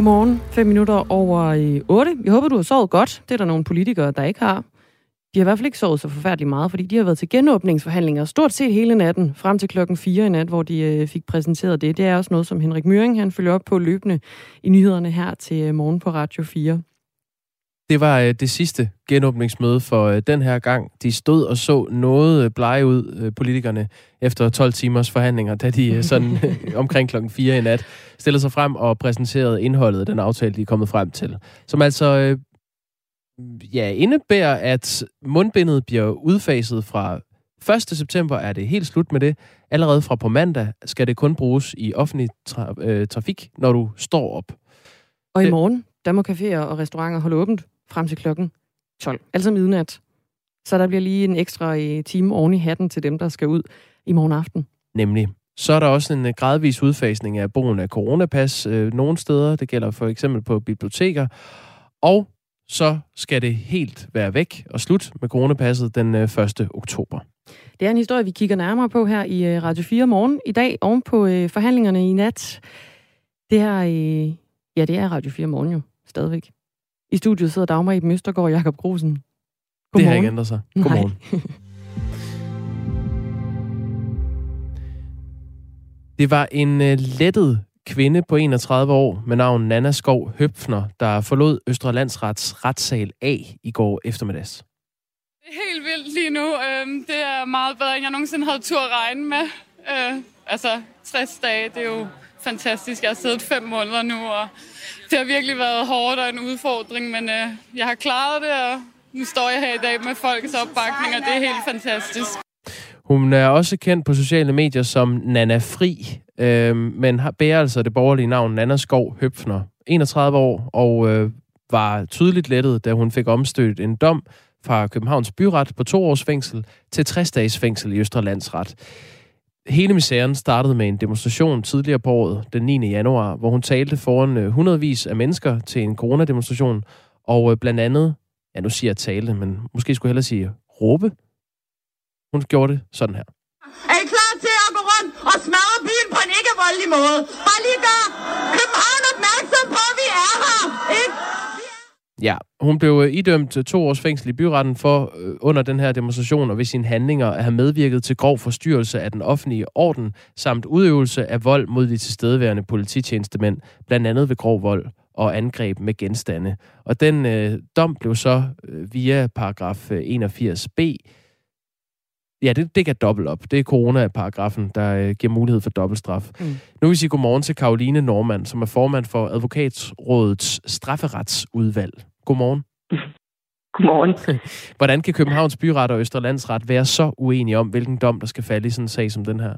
Godmorgen. 5 minutter over 8. Jeg håber, du har sovet godt. Det er der nogle politikere, der ikke har. De har i hvert fald ikke sovet så forfærdeligt meget, fordi de har været til genåbningsforhandlinger stort set hele natten, frem til klokken 4 i nat, hvor de fik præsenteret det. Det er også noget, som Henrik Møring han følger op på løbende i nyhederne her til morgen på Radio 4. Det var det sidste genåbningsmøde for den her gang. De stod og så noget blege ud, politikerne, efter 12 timers forhandlinger, da de sådan omkring klokken 4 i nat stillede sig frem og præsenterede indholdet af den aftale, de er kommet frem til. Som altså indebærer, at mundbindet bliver udfaset fra 1. september, er det helt slut med det. Allerede fra på mandag skal det kun bruges i offentlig trafik, når du står op. Og i morgen, der må caféer og restauranter holde åbent frem til klokken 12, altså midnat. Så der bliver lige en ekstra time oven i hatten til dem, der skal ud i morgen aften. Nemlig. Så er der også en gradvis udfasning af brugen af coronapas nogle steder. Det gælder for eksempel på biblioteker. Og så skal det helt være væk og slut med coronapasset den 1. oktober. Det er en historie, vi kigger nærmere på her i Radio 4 morgen. I dag oven på forhandlingerne i nat. Det er Radio 4 morgen jo stadigvæk. I studiet sidder Dagmar Iben Østergaard og Jakob Grosen. Godmorgen. Det har ikke ændret sig. Godmorgen. Det var en lettet kvinde på 31 år med navn Nanna Skov Høpfner, der forlod Østre Landsrets retssal A i går eftermiddags. Det er helt vildt lige nu. Det er meget bedre, end jeg nogensinde havde tur at regne med. 60 dage, det er jo fantastisk. Jeg har siddet 5 måneder nu, og det har virkelig været hårdt og en udfordring, men jeg har klaret det, og nu står jeg her i dag med folkets opbakning, og det er helt fantastisk. Hun er også kendt på sociale medier som Nanna Fri, men bærer altså det borgerlige navn Nanna Skov Høpfner, 31 år, og var tydeligt lettet, da hun fik omstødt en dom fra Københavns Byret på 2 års fængsel til 60 dages fængsel i Østre Landsret. Hele misæren startede med en demonstration tidligere på året, den 9. januar, hvor hun talte foran hundredvis af mennesker til en coronademonstration, og blandt andet, nu siger jeg tale, men måske skulle jeg hellere sige råbe. Hun gjorde det sådan her. Er I klar til at gå rundt og smadre byen på en ikke-voldelig måde? Bare lige gør København opmærksom på, at vi er her, ikke? Ja, hun blev idømt 2 års fængsel i byretten for under den her demonstration og ved sine handlinger at have medvirket til grov forstyrrelse af den offentlige orden, samt udøvelse af vold mod de tilstedeværende polititjenestemænd, blandt andet ved grov vold og angreb med genstande. Og den dom blev så via paragraf 81b. Ja, det kan dobbelt op. Det er corona-paragrafen, der giver mulighed for dobbeltstraf. Nu vil vi sige godmorgen til Caroline Normand, som er formand for Advokatrådets strafferetsudvalg. Godmorgen. Godmorgen. Hvordan kan Københavns Byret og Østre Landsret være så uenige om, hvilken dom, der skal falde i sådan en sag som den her?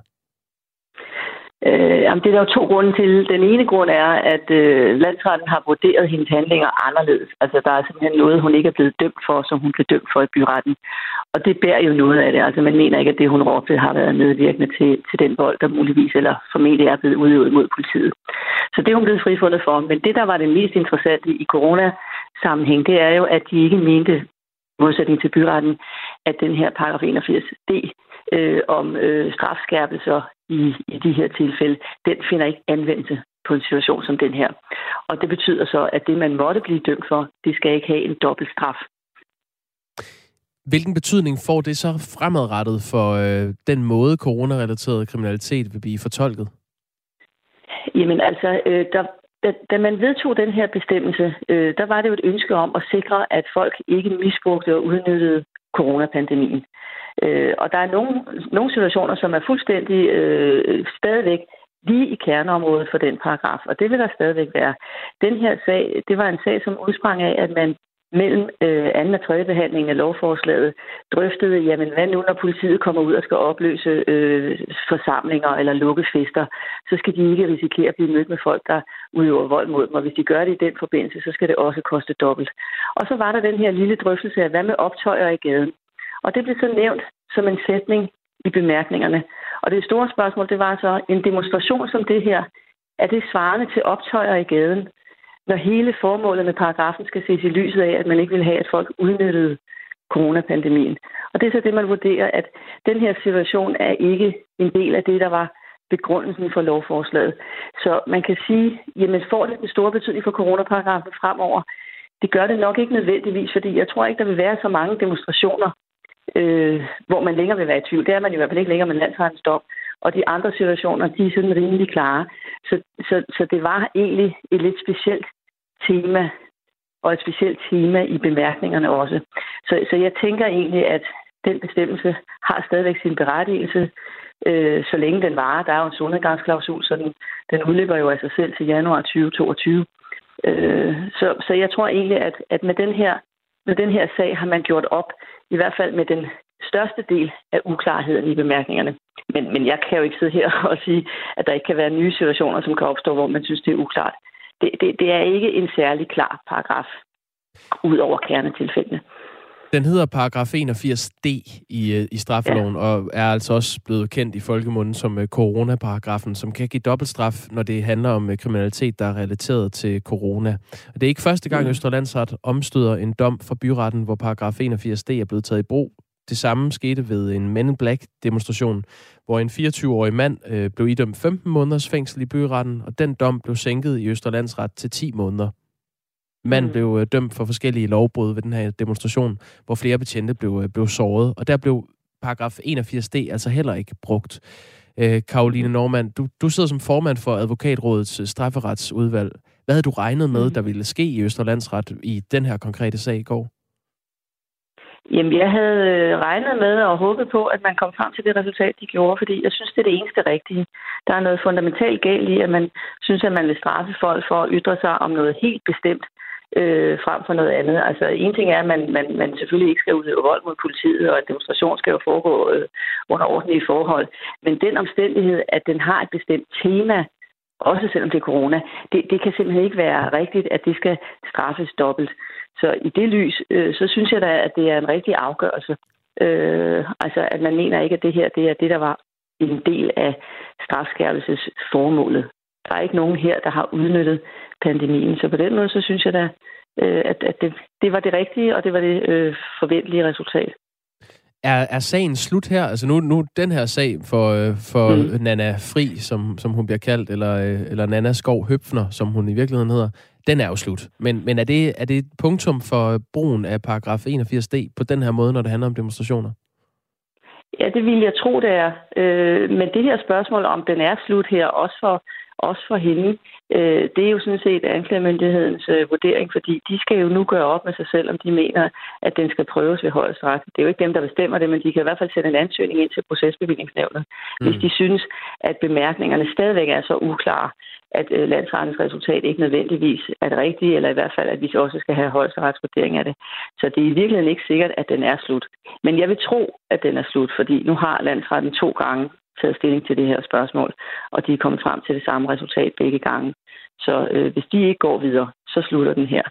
Det er der jo 2 grunde til. Den ene grund er, at landsretten har vurderet hendes handlinger anderledes. Altså, der er simpelthen noget, hun ikke er blevet dømt for, som hun blev dømt for i byretten. Og det bærer jo noget af det. Altså, man mener ikke, at det, hun råbte, har været medvirkende til den vold, der muligvis eller formentlig er blevet udøvet mod politiet. Så det er hun blevet frifundet for. Men det, der var det mest interessante i coronasammenhæng, det er jo, at de ikke mente, modsætning til byretten, at den her paragraf 81d om strafskærpelser i de her tilfælde, den finder ikke anvendelse på en situation som den her. Og det betyder så, at det, man måtte blive dømt for, det skal ikke have en dobbelt straf. Hvilken betydning får det så fremadrettet for den måde, coronarelateret kriminalitet vil blive fortolket? Jamen altså, da man vedtog den her bestemmelse, der var det jo et ønske om at sikre, at folk ikke misbrugte og udnyttede coronapandemien. Og der er nogle situationer, som er fuldstændig stadigvæk lige i kerneområdet for den paragraf, og det vil der stadigvæk være. Den her sag, det var en sag, som udsprang af, at man mellem anden og tredje behandling af lovforslaget drøftede, jamen hvad nu, når politiet kommer ud og skal opløse forsamlinger eller lukke fester, så skal de ikke risikere at blive mødt med folk, der udøver vold mod dem, og hvis de gør det i den forbindelse, så skal det også koste dobbelt. Og så var der den her lille drøftelse af, hvad med optøjer i gaden? Og det blev så nævnt som en sætning i bemærkningerne. Og det store spørgsmål, det var så, en demonstration som det her, er det svarende til optøjer i gaden, når hele formålet med paragrafen skal ses i lyset af, at man ikke vil have, at folk udnyttede coronapandemien. Og det er så det, man vurderer, at den her situation er ikke en del af det, der var begrundelsen for lovforslaget. Så man kan sige, jamen får det en stor betydning for coronaparagrafen fremover? Det gør det nok ikke nødvendigvis, fordi jeg tror ikke, der vil være så mange demonstrationer, hvor man længere vil være i tvivl. Det er man i hvert fald ikke længere med landsrettens dom. Og de andre situationer, de er sådan rimelig klare. Så det var egentlig et lidt specielt tema, og et specielt tema i bemærkningerne også. Så jeg tænker egentlig, at den bestemmelse har stadigvæk sin berettigelse, så længe den varer. Der er jo en solnedgangsklausul, så den udløber jo af sig selv til januar 2022. Så jeg tror egentlig, at med den her sag har man gjort op, i hvert fald med den største del af uklarheden i bemærkningerne. Men jeg kan jo ikke sidde her og sige, at der ikke kan være nye situationer, som kan opstå, hvor man synes, det er uklart. Det er ikke en særlig klar paragraf, ud over kernetilfældene. Den hedder paragraf 81D i straffeloven, og er altså også blevet kendt i folkemunden som coronaparagrafen, som kan give dobbeltstraf, når det handler om kriminalitet, der er relateret til corona. Og det er ikke første gang, Østre Landsret omstøder en dom fra byretten, hvor paragraf 81D er blevet taget i brug. Det samme skete ved en Men in Black-demonstration, hvor en 24-årig mand blev idømt 15 måneders fængsel i byretten, og den dom blev sænket i Østre Landsret til 10 måneder. Manden blev dømt for forskellige lovbrud ved den her demonstration, hvor flere betjente blev såret, og der blev paragraf 81D altså heller ikke brugt. Caroline Normann, du sidder som formand for Advokatrådets strafferetsudvalg. Hvad havde du regnet med, der ville ske i Østre Landsret i den her konkrete sag i går? Jamen, jeg havde regnet med og håbet på, at man kom frem til det resultat, de gjorde, fordi jeg synes, det er det eneste rigtige. Der er noget fundamentalt galt i, at man synes, at man vil straffe folk for at ytre sig om noget helt bestemt frem for noget andet. Altså, en ting er, at man selvfølgelig ikke skal udøve vold mod politiet, og at demonstration skal jo foregå under ordentlige forhold. Men den omstændighed, at den har et bestemt tema, også selvom det er corona, det kan simpelthen ikke være rigtigt, at det skal straffes dobbelt. Så i det lys, så synes jeg da, at det er en rigtig afgørelse. Altså, at man mener ikke, at det her det er det, der var en del af strafskærpelsesformålet. Der er ikke nogen her, der har udnyttet pandemien. Så på den måde, så synes jeg da, at det var det rigtige, og det var det forventelige resultat. Er sagen slut her? Altså nu den her sag for Nanna Fri, som hun bliver kaldt, eller Nanna Skov Høpfner, som hun i virkeligheden hedder, den er jo slut. Men er det et punktum for brugen af paragraf 81D på den her måde, når det handler om demonstrationer? Ja, det vil jeg tro, det er. Men det her spørgsmål, om den er slut her, også for hende, det er jo sådan set anklagemyndighedens vurdering, fordi de skal jo nu gøre op med sig selv, om de mener, at den skal prøves ved højesteret. Det er jo ikke dem, der bestemmer det, men de kan i hvert fald sætte en ansøgning ind til procesbevillingsnævnet, hvis de synes, at bemærkningerne stadigvæk er så uklare, at landsrettens resultat ikke nødvendigvis er det rigtige, eller i hvert fald, at vi også skal have højesteretsvurdering af det. Så det er i virkeligheden ikke sikkert, at den er slut. Men jeg vil tro, at den er slut, fordi nu har landsretten 2 gange taget stilling til det her spørgsmål, og de er kommet frem til det samme resultat begge gange. Så hvis de ikke går videre, så slutter den her.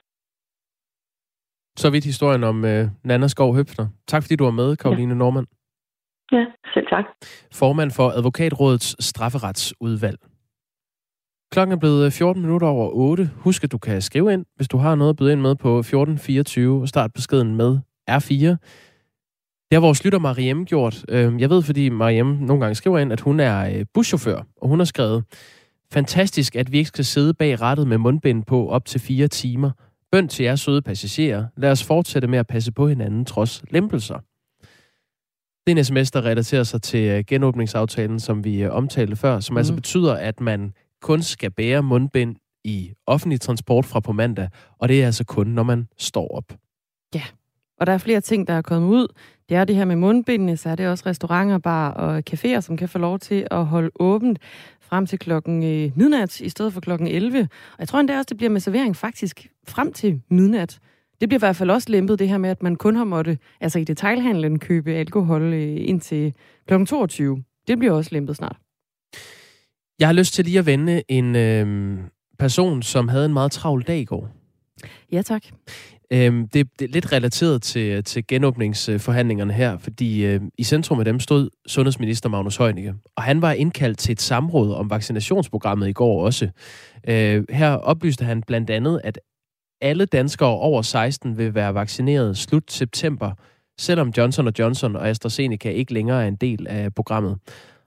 Så vidt historien om Nanna Skov Høpfner. Tak fordi du var med, Caroline Normann. Ja, selv tak. Formand for Advokatrådets strafferetsudvalg. Klokken er blevet 14 minutter over 8. Husk, at du kan skrive ind, hvis du har noget at byde ind med på 1424 og start beskeden med R4. Det har vores lytter Mariem gjort. Jeg ved, fordi Mariem nogle gange skriver ind, at hun er buschauffør, og hun har skrevet: fantastisk, at vi ikke skal sidde bag rattet med mundbind på op til 4 timer. Bøn til jer søde passagerer. Lad os fortsætte med at passe på hinanden trods lempelser. Det er en sms, der relaterer sig til genåbningsaftalen, som vi omtalte før, som altså betyder, at man kun skal bære mundbind i offentlig transport fra på mandag, og det er altså kun, når man står op. Ja, og der er flere ting, der er kommet ud. Det er det her med mundbindene, så er det også restauranter, bar og caféer, som kan få lov til at holde åbent frem til klokken midnat, i stedet for klokken 11. Og jeg tror endda også, det bliver med servering faktisk frem til midnat. Det bliver i hvert fald også lempet, det her med, at man kun har måttet, altså i detailhandlen, købe alkohol indtil klokken 22. Det bliver også lempet snart. Jeg har lyst til lige at vende en person, som havde en meget travl dag i går. Ja, tak. Det er lidt relateret til genåbningsforhandlingerne her, fordi i centrum af dem stod sundhedsminister Magnus Heunicke, og han var indkaldt til et samråd om vaccinationsprogrammet i går også. Her oplyste han blandt andet, at alle danskere over 16 vil være vaccineret slut september, selvom Johnson & Johnson og AstraZeneca ikke længere er en del af programmet.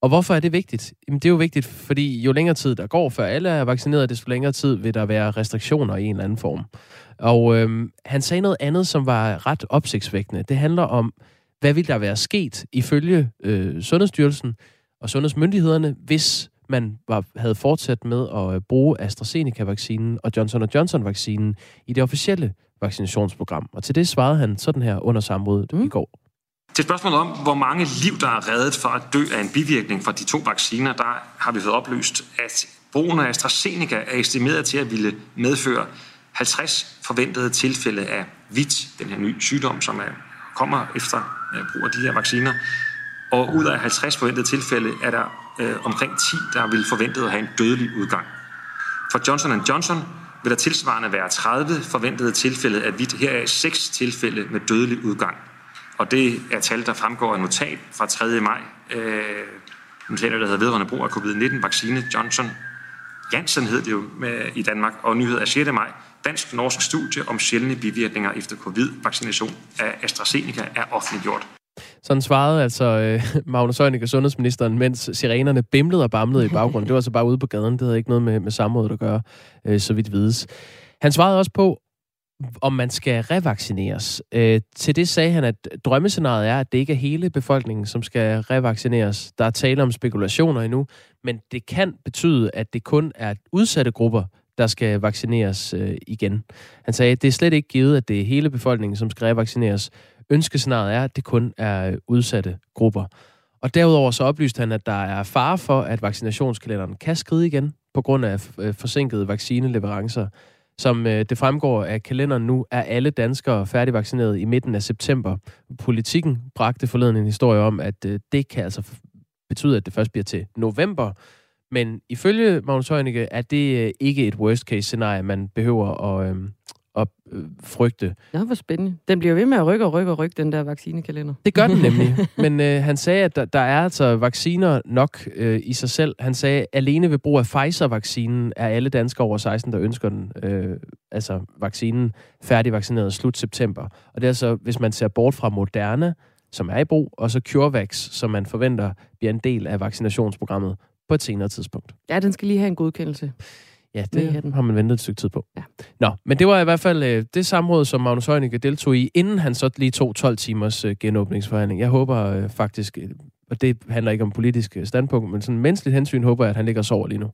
Og hvorfor er det vigtigt? Jamen, det er jo vigtigt, fordi jo længere tid der går, før alle er vaccineret, desto længere tid vil der være restriktioner i en eller anden form. Og han sagde noget andet, som var ret opsigtsvækkende. Det handler om, hvad ville der være sket ifølge Sundhedsstyrelsen og sundhedsmyndighederne, hvis man havde fortsat med at bruge AstraZeneca-vaccinen og Johnson & Johnson-vaccinen i det officielle vaccinationsprogram. Og til det svarede han sådan her under samrådet i går. Til spørgsmålet om, hvor mange liv, der er reddet for at dø af en bivirkning fra de 2 vacciner, der har vi fået oplyst, at brugen af AstraZeneca er estimeret til at ville medføre 50 forventede tilfælde af VIT, den her nye sygdom, som kommer efter brug af de her vacciner. Og ud af 50 forventede tilfælde er der omkring 10, der vil forventet at have en dødelig udgang. For Johnson & Johnson vil der tilsvarende være 30 forventede tilfælde af VIT, heraf 6 tilfælde med dødelig udgang. Og det er tal, der fremgår af notat fra 3. maj. Notater, der hedder vedrørende brug af covid-19-vaccine. Johnson Janssen hed det jo i Danmark, og nyhed af 6. maj. Dansk-norsk studie om sjældne bivirkninger efter covid-vaccination af AstraZeneca er offentliggjort. Sådan svarede altså Magnus Heunicke, sundhedsministeren, mens sirenerne bimlede og bamlede i baggrunden. Det var altså bare ude på gaden. Det havde ikke noget med samrådet at gøre, så vidt vides. Han svarede også på, om man skal revaccineres. Til det sagde han, at drømmescenariet er, at det ikke er hele befolkningen, som skal revaccineres. Der er tale om spekulationer endnu, men det kan betyde, at det kun er udsatte grupper, der skal vaccineres igen. Han sagde, at det er slet ikke givet, at det er hele befolkningen, som skal revaccineres. Ønskescenariet er, at det kun er udsatte grupper. Og derudover så oplyste han, at der er fare for, at vaccinationskalenderen kan skride igen på grund af forsinkede vaccineleverancer. Som det fremgår af kalenderen nu, er alle danskere færdigvaccineret i midten af september. Politikken bragte forleden en historie om, at det kan altså betyde, at det først bliver til november. Men ifølge Magnus Heunicke er det ikke et worst-case-scenarie, man behøver at frygte. Ja, hvor spændende. Den bliver ved med at rykke, den der vaccinekalender. Det gør den nemlig. Men han sagde, at der er altså vacciner nok i sig selv. Han sagde, at alene ved brug af Pfizer-vaccinen er alle danskere over 16, der ønsker den, altså vaccinen, færdigvaccineret slut september. Og det er altså, hvis man ser bort fra Moderna, som er i brug, og så CureVac, som man forventer bliver en del af vaccinationsprogrammet på et senere tidspunkt. Ja, den skal lige have en godkendelse. Ja, det har man ventet et stykke tid på. Ja. Nå, men det var i hvert fald det samråd, som Magnus Heunicke deltog i, inden han så lige tog 12 timers genåbningsforhandling. Jeg håber faktisk, og det handler ikke om politisk standpunkt, men sådan menneskeligt hensyn håber jeg, at han ligger og sover lige nu.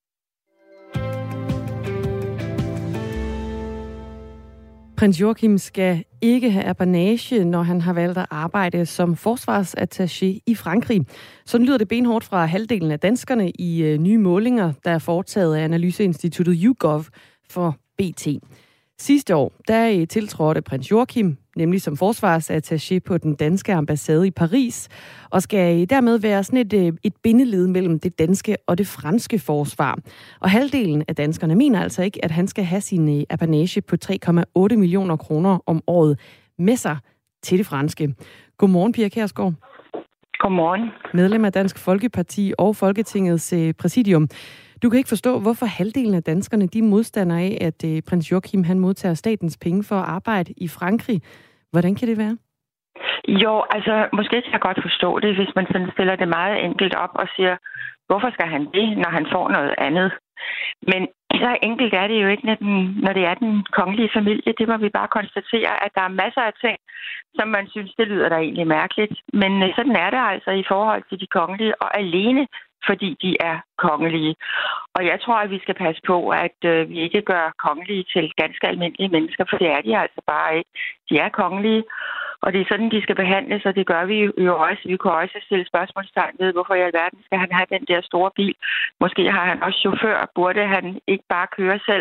Prins Joachim skal ikke have apanage, når han har valgt at arbejde som forsvarsattaché i Frankrig. Sådan lyder det benhårdt fra halvdelen af danskerne i nye målinger, der er foretaget af analyseinstituttet YouGov for BT. Sidste år, der tiltrådte prins Joachim, nemlig som forsvarsattaché på den danske ambassade i Paris, og skal dermed være sådan et bindeled mellem det danske og det franske forsvar. Og halvdelen af danskerne mener altså ikke, at han skal have sin apanage på 3,8 millioner kroner om året med sig til det franske. Godmorgen, Pia Kjærsgaard. Godmorgen. Medlem af Dansk Folkeparti og Folketingets præsidium. Du kan ikke forstå, hvorfor halvdelen af danskerne de modstander af, at prins Joachim han modtager statens penge for at arbejde i Frankrig. Hvordan kan det være? Jo, altså måske kan jeg godt forstå det, hvis man sådan stiller det meget enkelt op og siger, hvorfor skal han det, når han får noget andet? Men så enkelt er det jo ikke, når det er den kongelige familie. Det må vi bare konstatere, at der er masser af ting, som man synes, det lyder da egentlig mærkeligt. Men sådan er det altså i forhold til de kongelige, og alene fordi de er kongelige. Og jeg tror, at vi skal passe på, at vi ikke gør kongelige til ganske almindelige mennesker, for det er de altså bare ikke. De er kongelige, og det er sådan, de skal behandles, og det gør vi jo også. Vi kunne også stille spørgsmålstegn ved, hvorfor i alverden skal han have den der store bil. Måske har han også chauffør. Burde han ikke bare køre selv?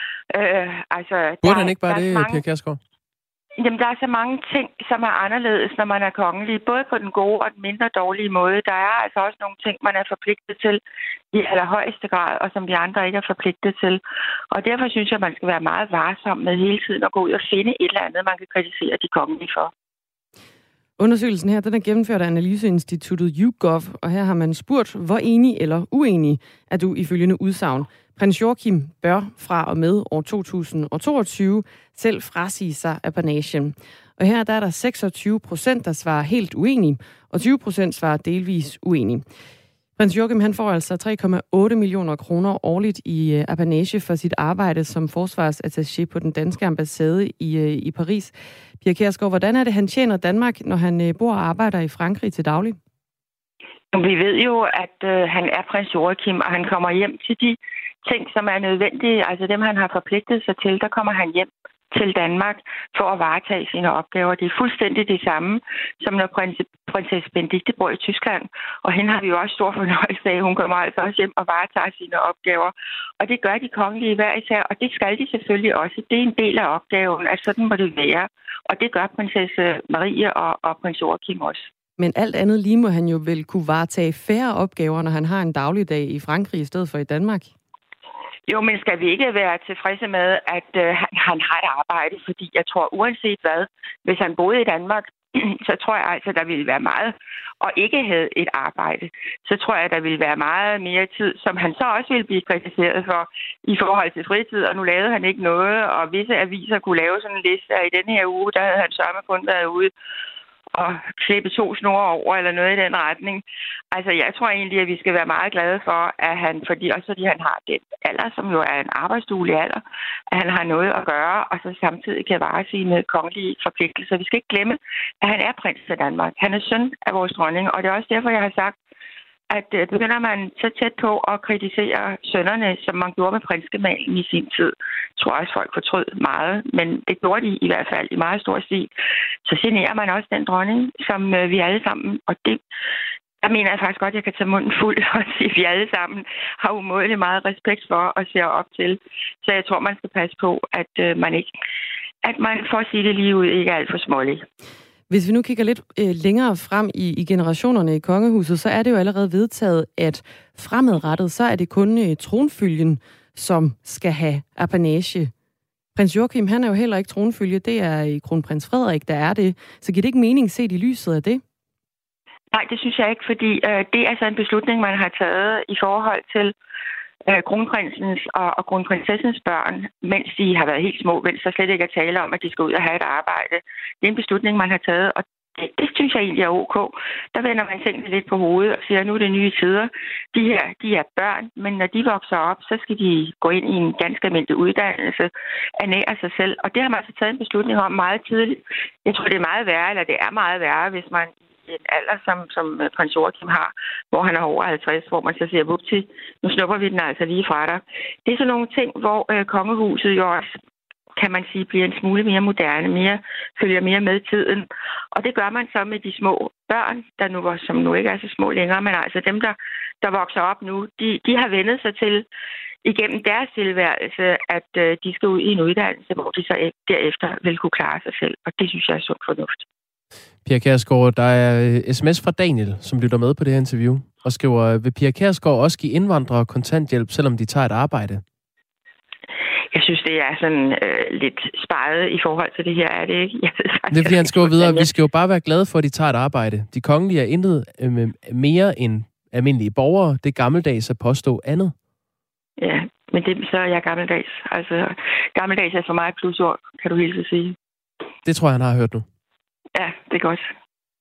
Burde han ikke bare det, Pia Kjærsgaard? Jamen, der er så mange ting, som er anderledes, når man er kongelig. Både på den gode og den mindre dårlige måde. Der er altså også nogle ting, man er forpligtet til i allerhøjeste grad, og som de andre ikke er forpligtet til. Og derfor synes jeg, man skal være meget varsom med hele tiden at gå ud og finde et eller andet, man kan kritisere de kongelige for. Undersøgelsen her, den er gennemført af analyseinstituttet YouGov, og her har man spurgt, hvor enig eller uenig er du i følgende udsagn. Prins Joachim bør fra og med år 2022 selv frasige sig apanagen. Og her der er der 26%, der svarer helt uenig, og 20% svarer delvis uenig. Prins Joachim, han får altså 3,8 millioner kroner årligt i apanage for sit arbejde som forsvarsattaché på den danske ambassade i Paris. Pia Kjærsgaard, hvordan er det, han tjener Danmark, når han bor og arbejder i Frankrig til daglig? Vi ved jo, at han er prins Joachim, og han kommer hjem til de ting, som er nødvendige. Altså dem, han har forpligtet sig til, der kommer han hjem til Danmark for at varetage sine opgaver. Det er fuldstændig det samme, som når prinsesse Benedikte bor i Tyskland. Og hende har vi jo også stor fornøjelse af. Hun kommer altså også hjem og varetager sine opgaver. Og det gør de kongelige hver især, og det skal de selvfølgelig også. Det er en del af opgaven, at sådan må det være. Og det gør prinsesse Marie og prins Joachim også. Men alt andet lige må han jo vel kunne varetage færre opgaver, når han har en dagligdag i Frankrig i stedet for i Danmark? Jo, men skal vi ikke være tilfredse med, at han har et arbejde? Fordi jeg tror, uanset hvad, hvis han boede i Danmark, så tror jeg altså, der ville være meget, og ikke havde et arbejde, så tror jeg, der ville være meget mere tid, som han så også ville blive kritiseret for i forhold til fritid, og nu lavede han ikke noget, og visse aviser kunne lave sådan en liste, og i denne her uge, der havde han sørme kun været ude og klippe 2 snore over, eller noget i den retning. Altså, jeg tror egentlig, at vi skal være meget glade for, at han, fordi han har den alder, som jo er en arbejdsduelig alder, at han har noget at gøre, og så samtidig kan vare sine kongelige forpligtelser. Vi skal ikke glemme, at han er prins af Danmark. Han er søn af vores dronning, og det er også derfor, jeg har sagt, at begynder man så tæt på at kritisere sønnerne, som man gjorde med prinskemalen i sin tid, tror jeg også, folk fortrød meget, men det gjorde de i hvert fald i meget stor stil. Så generer man også den dronning, som vi alle sammen, og det, der mener jeg faktisk godt, at jeg kan tage munden fuld og sige, at vi alle sammen har umådeligt meget respekt for og ser op til. Så jeg tror, man skal passe på, at man for at sige det lige ud, ikke er alt for smålig. Hvis vi nu kigger lidt længere frem i generationerne i kongehuset, så er det jo allerede vedtaget, at fremadrettet, så er det kun tronfølgen, som skal have apanage. Prins Joachim, han er jo heller ikke tronfølge, det er kronprins Frederik, der er det. Så giver det ikke mening set i lyset af det? Nej, det synes jeg ikke, fordi det er altså en beslutning, man har taget i forhold til kronprinsens og kronprinsessens børn, mens de har været helt små, mens der slet ikke er tale om, at de skal ud og have et arbejde. Det er en beslutning, man har taget, og det synes jeg egentlig er ok. Der vender man tingene lidt på hovedet og siger, at nu er det nye tider. De er børn, men når de vokser op, så skal de gå ind i en ganske almindelig uddannelse, ernære sig selv. Og det har man så taget en beslutning om meget tidligt. Jeg tror, det er meget værre, eller det er meget værre, hvis man en alder, som prins Joachim har, hvor han er over 50, hvor man så siger, vupti, nu snupper vi den altså lige fra dig. Det er sådan nogle ting, hvor kongehuset jo også, kan man sige, bliver en smule mere moderne, følger mere med tiden. Og det gør man så med de små børn, som nu ikke er så små længere, men altså dem, der vokser op nu, de har vendet sig til igennem deres tilværelse, at de skal ud i en uddannelse, hvor de så derefter vil kunne klare sig selv. Og det synes jeg er sund fornuft. Pia Kjærsgaard, der er sms fra Daniel, som lytter med på det her interview, og skriver, vil Pia Kjærsgaard også give indvandrere kontanthjælp, selvom de tager et arbejde? Jeg synes, det er sådan lidt sparet i forhold til det her, er det ikke? Det er, fordi han skriver videre, vi skal jo bare være glade for, at de tager et arbejde. De kongelige er intet mere end almindelige borgere. Det er gammeldags at påstå andet. Ja, men så er jeg gammeldags. Altså, gammeldags er for mig et plusord, kan du hilse sige. Det tror jeg, han har hørt nu. Ja, det er godt.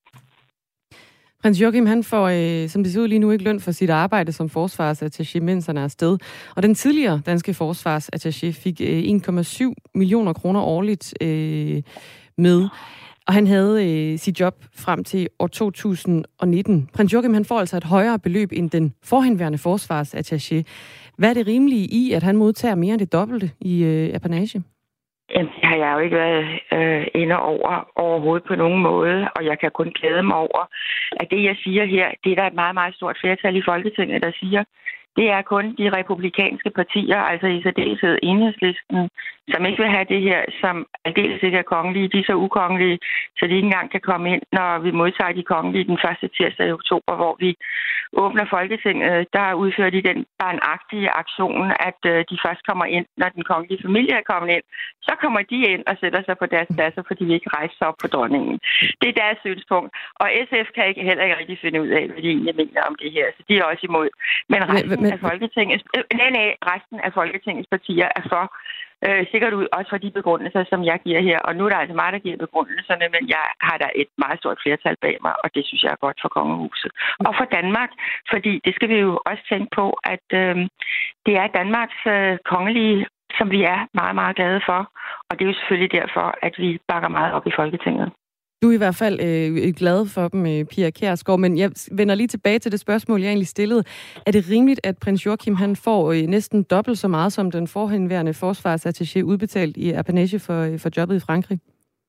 Prins Joachim, han får, som det ser ud lige nu, ikke løn for sit arbejde som forsvarsattaché, mens han er afsted. Og den tidligere danske forsvarsattaché fik 1,7 millioner kroner årligt med. Og han havde sit job frem til år 2019. Prins Joachim, han får altså et højere beløb end den forhenværende forsvarsattaché. Hvad er det rimelige i, at han modtager mere end det dobbelte i apanage? Det har jeg jo ikke været inde over overhovedet på nogen måde, og jeg kan kun glæde mig over, at det, jeg siger her, det er der et meget, meget stort flertal i Folketinget, der siger. Det er kun de republikanske partier, altså i særdeleshed Enhedslisten, som ikke vil have det her, som aldeles ikke er kongelige. De er så ukongelige, så de ikke engang kan komme ind, når vi modtager de kongelige den første tirsdag i oktober, hvor vi åbner Folketinget. Der udfører de den barnagtige aktion, at de først kommer ind, når den kongelige familie er kommet ind. Så kommer de ind og sætter sig på deres pladser, fordi vi ikke rejser sig op på dronningen. Det er deres synspunkt. Og SF kan heller ikke rigtig finde ud af, hvad de egentlig mener om det her. Så de er også imod. Men resten af Folketingets partier er for, sikkert ud, også for de begrundelser, som jeg giver her. Og nu er der altså mig, der giver begrundelserne, men jeg har da et meget stort flertal bag mig, og det synes jeg er godt for kongehuset. Og for Danmark, fordi det skal vi jo også tænke på, at det er Danmarks kongelige, som vi er meget, meget glade for. Og det er jo selvfølgelig derfor, at vi bakker meget op i Folketinget. Du er i hvert fald glad for dem, Pia Kjærsgaard, men jeg vender lige tilbage til det spørgsmål, jeg egentlig stillede. Er det rimeligt, at prins Joachim han får næsten dobbelt så meget som den forhenværende forsvarsattaché udbetalt i apanage for jobbet i Frankrig?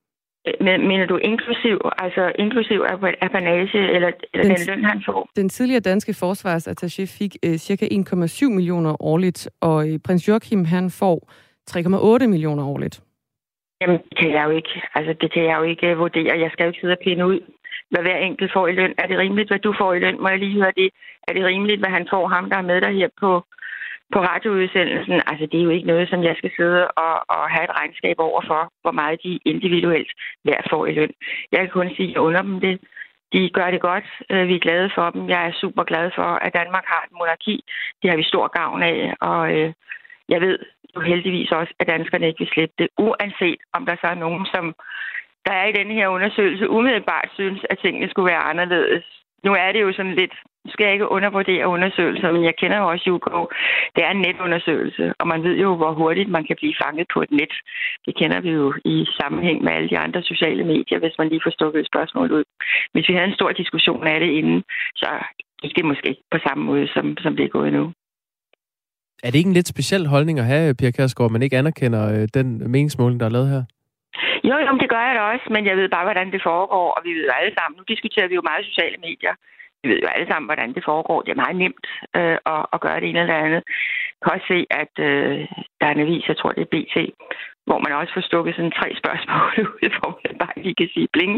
Mener du inklusiv apanage, eller den løn, han får? Den tidligere danske forsvarsattaché fik cirka 1,7 millioner årligt, og prins Joachim han får 3,8 millioner årligt. Jamen, det kan jeg jo ikke vurdere. Jeg skal jo ikke sidde og pinde ud, hvad hver enkelt får i løn. Er det rimeligt, hvad du får i løn? Må jeg lige høre det? Er det rimeligt, hvad han får, ham der er med dig her på radioudsendelsen? Altså, det er jo ikke noget, som jeg skal sidde og have et regnskab over for, hvor meget de individuelt hver får i løn. Jeg kan kun sige, at jeg under dem det. De gør det godt. Vi er glade for dem. Jeg er super glad for, at Danmark har et monarki. Det har vi stor gavn af, og jeg ved jo heldigvis også, at danskerne ikke vil slippe det, uanset om der så er nogen, som der er i denne her undersøgelse, umiddelbart synes, at tingene skulle være anderledes. Nu er det jo sådan lidt, nu skal jeg ikke undervurdere undersøgelser, men jeg kender jo også UK. Det er en netundersøgelse, og man ved jo, hvor hurtigt man kan blive fanget på et net. Det kender vi jo i sammenhæng med alle de andre sociale medier, hvis man lige får stukket et spørgsmål ud. Hvis vi havde en stor diskussion af det inden, så gik det måske på samme måde, som det er gået nu. Er det ikke en lidt speciel holdning at have, Pia Kjærsgaard, man ikke anerkender den meningsmåling, der er lavet her? Jo, det gør jeg da også, men jeg ved bare, hvordan det foregår, og vi ved jo alle sammen, nu diskuterer vi jo meget sociale medier, vi ved jo alle sammen, hvordan det foregår. Det er meget nemt at gøre det ene eller andet. Jeg kan også se, at der er en avis, jeg tror det er BT, hvor man også får stukket sådan 3 spørgsmål ud, hvor man bare lige kan sige bling.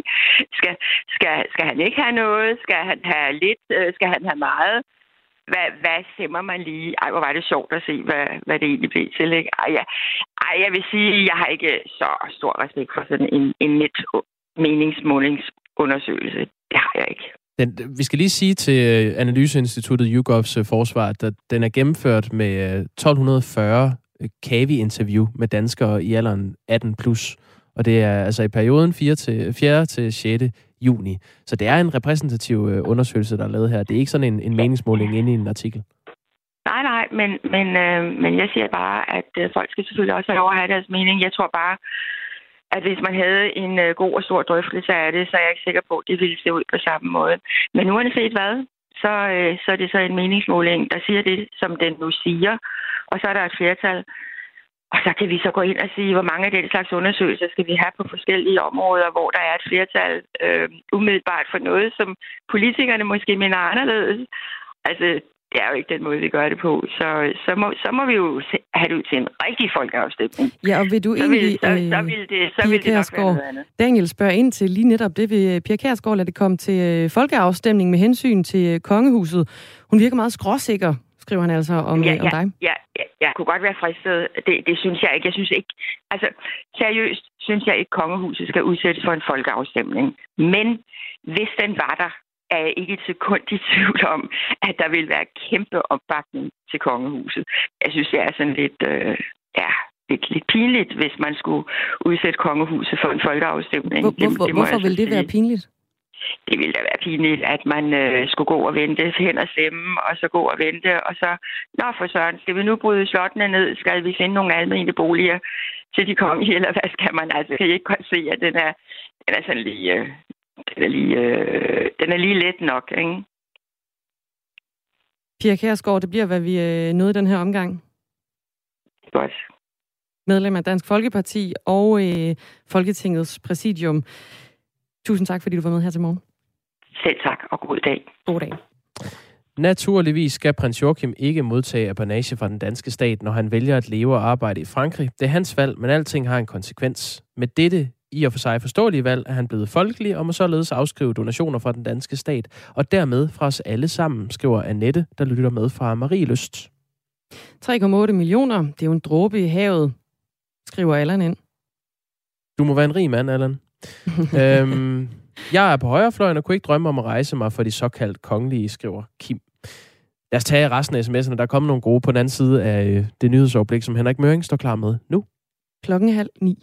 Skal han ikke have noget? Skal han have lidt? Skal han have meget? Hvad simmer man lige? Ej, hvor var det sjovt at se, hvad det egentlig blev til, ikke? Jeg vil sige, at jeg har ikke så stor respekt for sådan en net meningsmålingsundersøgelse. Det har jeg ikke. Vi skal lige sige til Analyseinstituttet YouGovs forsvar, at den er gennemført med 1240 CAVI-interview med danskere i alderen 18+. Og det er altså i perioden 4. til 6. juni. Så det er en repræsentativ undersøgelse, der er lavet her. Det er ikke sådan en meningsmåling inde i en artikel. Nej, men jeg siger bare, at folk skal selvfølgelig også have lov at have deres mening. Jeg tror bare, at hvis man havde en god og stor drøftelse af det, så er jeg ikke sikker på, at det ville se ud på samme måde. Men uanset hvad, så er det så en meningsmåling, der siger det, som den nu siger. Og så er der et flertal. Og så kan vi så gå ind og sige, hvor mange af den slags undersøgelser skal vi have på forskellige områder, hvor der er et flertal umiddelbart for noget, som politikerne måske mener anderledes. Altså, det er jo ikke den måde, vi gør det på. Så må vi jo have det ud til en rigtig folkeafstemning. Ja, og vil du egentlig... Så vil det nok være noget andet. Daniel spørger ind til lige netop det. Vil Pia Kjærsgaard lade det komme til folkeafstemning med hensyn til kongehuset? Hun virker meget skråsikker, skriver han altså om dig. Ja, jeg kunne godt være fristet. Det synes jeg ikke. Jeg synes ikke... Altså, seriøst synes jeg ikke, kongehuset skal udsættes for en folkeafstemning. Men hvis den var der, er jeg ikke et sekund i tvivl om, at der vil være kæmpe opbakning til kongehuset. Jeg synes, det er sådan lidt pinligt, hvis man skulle udsætte kongehuset for en folkeafstemning. Hvorfor vil det være pinligt? Det ville da være pinligt, at man skulle gå og vente hen og stemme, og så gå og vente, og så, for søren, skal vi nu bryde slottene ned? Skal vi finde nogle almene boliger til de kongelige, eller hvad skal man? Altså, kan I ikke godt se, at den er sådan lige... Den er lige let nok, ikke? Pia Kjærsgaard, det bliver, hvad vi nåede i den her omgang. Godt. Medlem af Dansk Folkeparti og Folketingets præsidium. Tusind tak, fordi du var med her til morgen. Selv tak, og god dag. God dag. Naturligvis skal prins Joachim ikke modtage apanage fra den danske stat, når han vælger at leve og arbejde i Frankrig. Det er hans valg, men alting har en konsekvens. Med dette i og for sig forståelige valg er han blevet folkelig og må således afskrive donationer fra den danske stat, og dermed fra os alle sammen, skriver Annette, der lytter med fra Marielyst. 3,8 millioner, det er jo en dråbe i havet, skriver Allan ind. Du må være en rig mand, Allan. Jeg er på højrefløjen og kunne ikke drømme om at rejse mig for de såkaldt kongelige, skriver Kim. Lad os tage resten af sms'erne. Der er kommet nogle gode på den anden side af det nyhedsoverblik, som Henrik Møring står klar med nu. 8:30.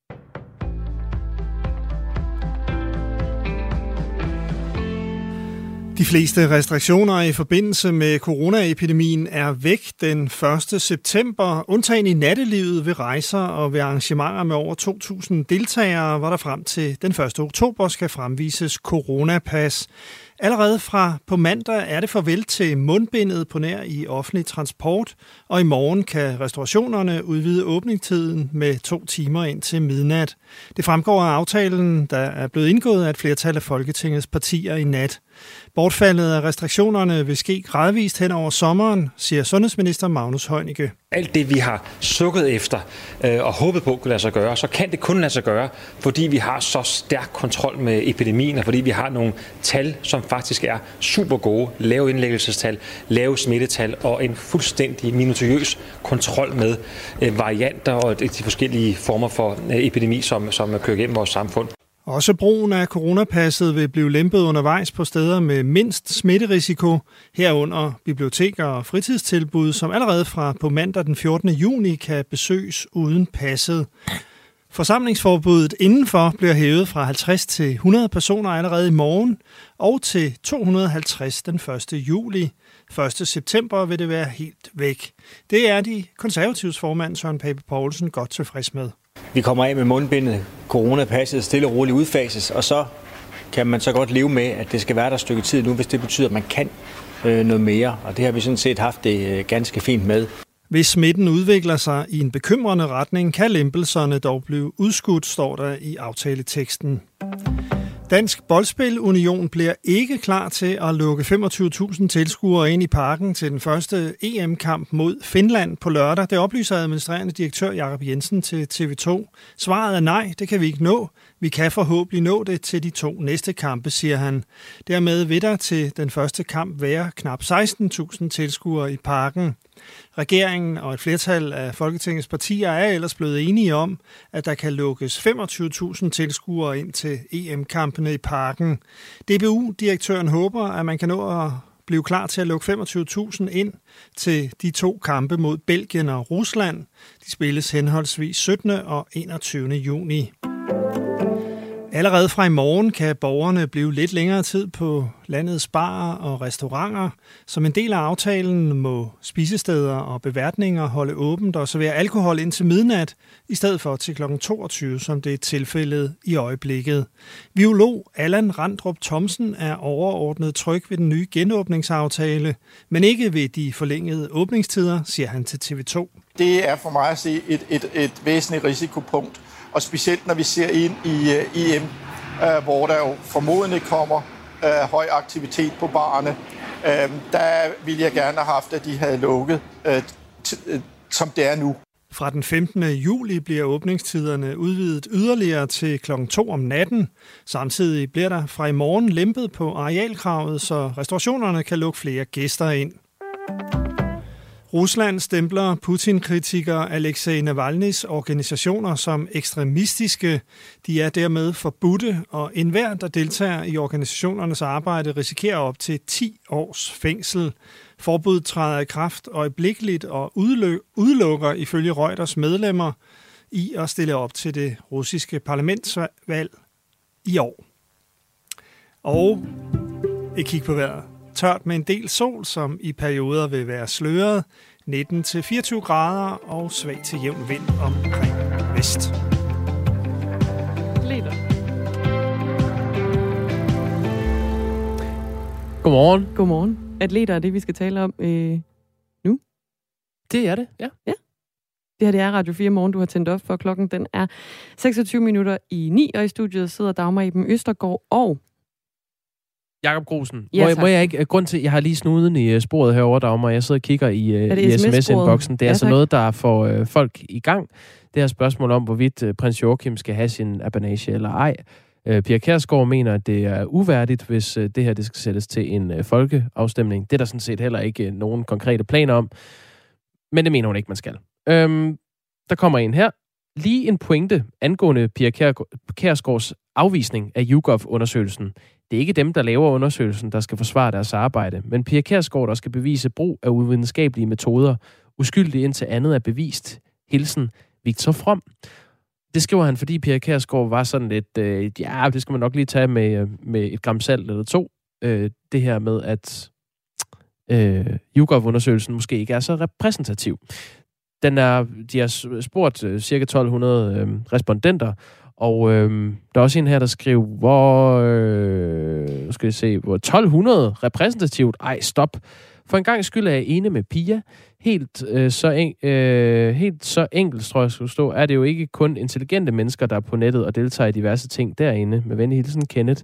De fleste restriktioner i forbindelse med coronaepidemien er væk den 1. september. Undtagen i nattelivet ved rejser og ved arrangementer med over 2.000 deltagere, hvor der frem til den 1. oktober skal fremvises coronapas. Allerede fra på mandag er det farvel til mundbindet på nær i offentlig transport, og i morgen kan restaurationerne udvide åbningstiden med 2 timer ind til midnat. Det fremgår af aftalen, der er blevet indgået af et flertal af Folketingets partier i nat. Bortfaldet af restriktionerne vil ske gradvist hen over sommeren, siger sundhedsminister Magnus Heunicke. Alt det, vi har sukket efter og håbet på kunne lade sig gøre, så kan det kun lade sig gøre, fordi vi har så stærk kontrol med epidemien, og fordi vi har nogle tal, som faktisk er super gode, lave indlæggelsestal, lave smittetal og en fuldstændig minutiøs kontrol med varianter og de forskellige former for epidemi, som kører gennem vores samfund. Også brugen af coronapasset vil blive lempet undervejs på steder med mindst smitterisiko, herunder biblioteker og fritidstilbud, som allerede fra på mandag den 14. juni kan besøges uden passet. Forsamlingsforbuddet indenfor bliver hævet fra 50 til 100 personer allerede i morgen og til 250 den 1. juli. 1. september vil det være helt væk. Det er de konservatives formand Søren Pape Poulsen godt tilfreds med. Vi kommer af med mundbindet, coronapasset stille og roligt udfases, og så kan man så godt leve med, at det skal være der et stykke tid nu, hvis det betyder, at man kan noget mere. Og det har vi sådan set haft det ganske fint med. Hvis smitten udvikler sig i en bekymrende retning, kan lempelserne dog blive udskudt, står der i aftaleteksten. Dansk Boldspil-Union bliver ikke klar til at lukke 25.000 tilskuere ind i parken til den første EM-kamp mod Finland på lørdag. Det oplyser administrerende direktør Jakob Jensen til TV2. Svaret er nej, det kan vi ikke nå. Vi kan forhåbentlig nå det til de 2 næste kampe, siger han. Dermed vil der til den første kamp være knap 16.000 tilskuere i parken. Regeringen og et flertal af Folketingets partier er ellers blevet enige om, at der kan lukkes 25.000 tilskuere ind til EM-kampene i parken. DBU-direktøren håber, at man kan nå at blive klar til at lukke 25.000 ind til de 2 kampe mod Belgien og Rusland. De spilles henholdsvis 17. og 21. juni. Allerede fra i morgen kan borgerne blive lidt længere tid på landets barer og restauranter. Som en del af aftalen må spisesteder og beværtninger holde åbent og servere alkohol indtil midnat, i stedet for til kl. 22, som det er tilfældet i øjeblikket. Virolog Allan Randrup Thomsen er overordnet tryg ved den nye genåbningsaftale, men ikke ved de forlængede åbningstider, siger han til TV2. Det er for mig at se et væsentligt risikopunkt. Og specielt når vi ser ind i EM, hvor der jo formodentlig kommer høj aktivitet på barerne, der ville jeg gerne have haft, at de havde lukket, som det er nu. Fra den 15. juli bliver åbningstiderne udvidet yderligere til kl. 2 om natten. Samtidig bliver der fra i morgen lempet på arealkravet, så restaurationerne kan lukke flere gæster ind. Rusland stempler Putin-kritiker Alexei Navalnyjs organisationer som ekstremistiske. De er dermed forbudte, og enhver, der deltager i organisationernes arbejde, risikerer op til 10 års fængsel. Forbuddet træder i kraft øjeblikkeligt og udelukker ifølge Reuters medlemmer i at stille op til det russiske parlamentsvalg i år. Og et kig på vejret. Tørt med en del sol, som i perioder vil være sløret, 19-24 grader og svag til jævn vind omkring vest. Leder. Godmorgen. Godmorgen. Atleter er det, vi skal tale om nu. Det er det, ja. Ja. Det her det er Radio 4 Morgen, du har tændt op for. Klokken den er 26:09, og i studiet sidder Dagmar Iben Østergaard og Jakob Grusen. Ja, må jeg ikke, grund til, jeg har lige snuden i sporet herovre, Dagmar. Jeg sidder og kigger i sms-inboxen. Det er altså noget, der får folk i gang. Det her spørgsmål om, hvorvidt prins Joachim skal have sin apanage eller ej. Pia Kjærsgaard mener, at det er uværdigt, hvis det her det skal sættes til en folkeafstemning. Det er der sådan set heller ikke nogen konkrete planer om. Men det mener hun ikke, man skal. Der kommer en her. Lige en pointe angående Pia Kjærsgaards afvisning af YouGov-undersøgelsen. Det er ikke dem, der laver undersøgelsen, der skal forsvare deres arbejde, men Pia Kjærsgaard, der skal bevise brug af uvidenskabelige metoder, uskyldig indtil andet er bevist. Hilsen, Viktor From. Det skriver han, fordi Pia Kjærsgaard var sådan lidt, det skal man nok lige tage med et gram salt eller to. Det her med, at YouGov-undersøgelsen måske ikke er så repræsentativ. De har spurgt cirka 1200 respondenter, og der er også en her, der skriver, hvor 1200 repræsentativt. Ej, stop. For en gang skyld er jeg enig med Pia. Helt så enkelt, tror jeg, skulle stå, er det jo ikke kun intelligente mennesker, der er på nettet og deltager i diverse ting derinde. Med venlig hilsen, Kenneth.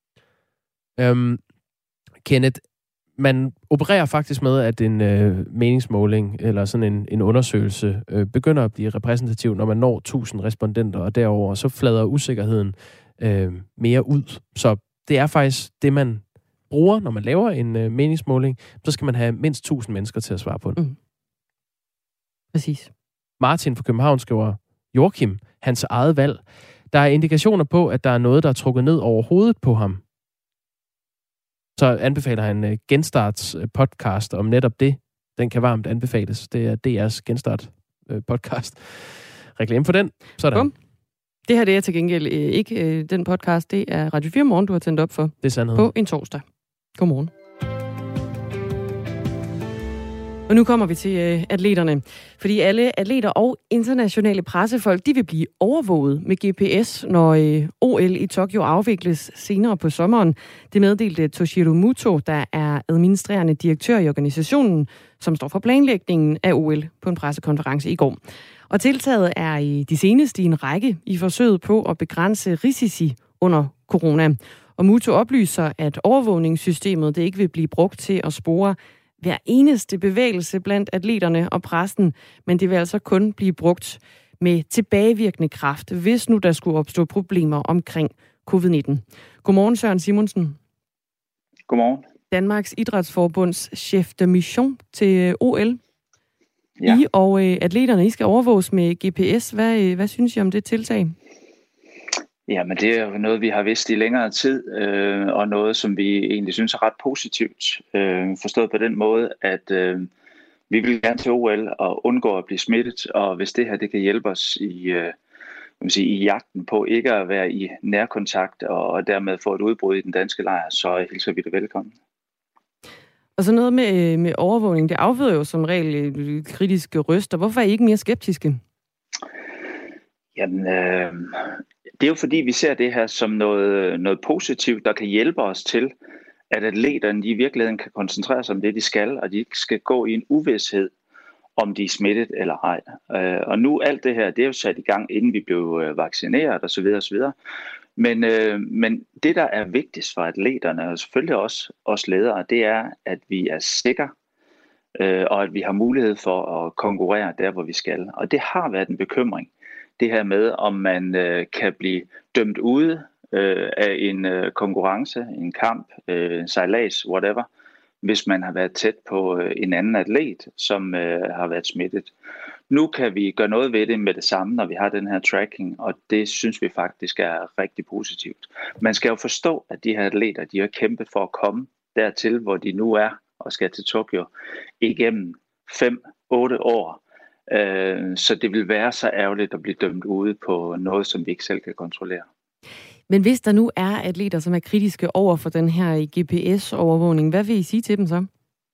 Kenneth, man opererer faktisk med, at en meningsmåling eller sådan en undersøgelse begynder at blive repræsentativ, når man når 1000 respondenter og derover, så flader usikkerheden mere ud. Så det er faktisk det, man bruger, når man laver en meningsmåling. Så skal man have mindst 1000 mennesker til at svare på den. Præcis. Martin fra København skriver, Joachim, hans eget valg. Der er indikationer på, at der er noget, der er trukket ned over hovedet på ham. Så anbefaler han Genstarts podcast om netop det. Den kan varmt anbefales. Det er DR's Genstart podcast. Reklame for den. Sådan. Bum. Det her det er til gengæld ikke den podcast. Det er Radio 4 Morgen, du har tændt op for. Det er sandhed. På en torsdag. Godmorgen. Og nu kommer vi til atleterne. Fordi alle atleter og internationale pressefolk, de vil blive overvåget med GPS, når OL i Tokyo afvikles senere på sommeren. Det meddelte Toshiro Muto, der er administrerende direktør i organisationen, som står for planlægningen af OL på en pressekonference i går. Og tiltaget er i de seneste i en række i forsøget på at begrænse risici under corona. Og Muto oplyser, at overvågningssystemet det ikke vil blive brugt til at spore hver eneste bevægelse blandt atleterne og pressen, men det vil altså kun blive brugt med tilbagevirkende kraft, hvis nu der skulle opstå problemer omkring covid-19. Godmorgen, Søren Simonsen. Godmorgen. Danmarks Idrætsforbunds chef de mission til OL. Ja. I og atleterne, I skal overvåges med GPS. Hvad synes I om det tiltag? Jamen, det er jo noget, vi har vidst i længere tid, og noget, som vi egentlig synes er ret positivt. Forstået på den måde, at vi vil gerne til OL og undgå at blive smittet, og hvis det her det kan hjælpe os i jagten på ikke at være i nærkontakt og dermed få et udbrud i den danske lejr, så hilser vi det velkommen. Og så noget med overvågning, det afføder jo som regel kritiske røster. Hvorfor er I ikke mere skeptiske? Jamen, det er jo fordi, vi ser det her som noget positivt, der kan hjælpe os til, at atleterne i virkeligheden kan koncentrere sig om det, de skal, og de ikke skal gå i en uvished, om de er smittet eller ej. Og nu alt det her, det er jo sat i gang, inden vi blev vaccineret osv. osv. Men det, der er vigtigst for atleterne, og selvfølgelig også os ledere, det er, at vi er sikre, og at vi har mulighed for at konkurrere der, hvor vi skal. Og det har været en bekymring. Det her med, om man kan blive dømt ude af en konkurrence, en kamp, sejlads, whatever, hvis man har været tæt på en anden atlet, som har været smittet. Nu kan vi gøre noget ved det med det samme, når vi har den her tracking, og det synes vi faktisk er rigtig positivt. Man skal jo forstå, at de her atleter, de har kæmpet for at komme dertil, hvor de nu er og skal til Tokyo igennem 5-8 år. Så det vil være så ærgerligt at blive dømt ude på noget, som vi ikke selv kan kontrollere. Men hvis der nu er atleter, som er kritiske over for den her GPS-overvågning, hvad vil I sige til dem så?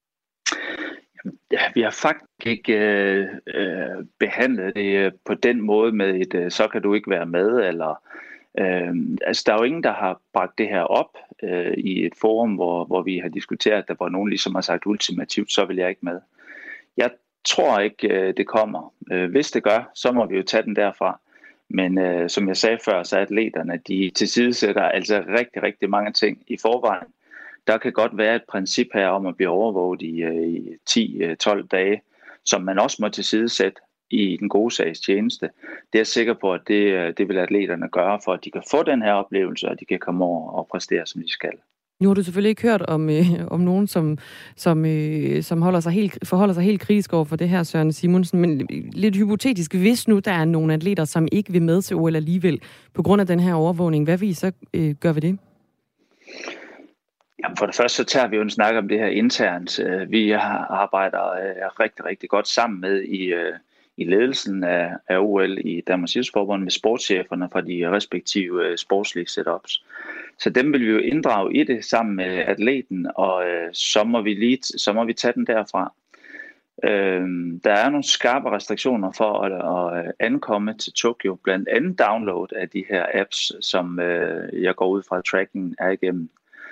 Ja, vi har faktisk ikke behandlet det på den måde med et, så kan du ikke være med, eller der er jo ingen, der har bragt det her op i et forum, hvor vi har diskuteret, der hvor nogen ligesom har sagt ultimativt, så vil jeg ikke med. Jeg tror ikke, det kommer. Hvis det gør, så må vi jo tage den derfra. Men som jeg sagde før, så atleterne, de tilsidesætter altså rigtig, rigtig mange ting i forvejen. Der kan godt være et princip her om at blive overvåget i 10-12 dage, som man også må tilsidesætte i den gode sags tjeneste. Det er jeg sikker på, at det vil atleterne gøre, for at de kan få den her oplevelse, og de kan komme over og præstere, som de skal. Nu har du selvfølgelig ikke hørt om nogen, som forholder sig helt kritisk over for det her, Søren Simonsen, men lidt hypotetisk, hvis nu der er nogle atleter, som ikke vil med til OL alligevel, på grund af den her overvågning, hvad vil I så gøre ved det? Jamen for det første, så tager vi jo en snak om det her internt. Vi arbejder rigtig, rigtig godt sammen med i ledelsen af OL i Danmarks Idrætsforbund med sportscheferne fra de respektive sportslige setups. Så dem vil vi jo inddrage i det sammen med atleten, og så må vi tage den derfra. Der er nogle skarpe restriktioner for at ankomme til Tokyo, blandt andet download af de her apps, som jeg går ud fra, at trackingen er igennem.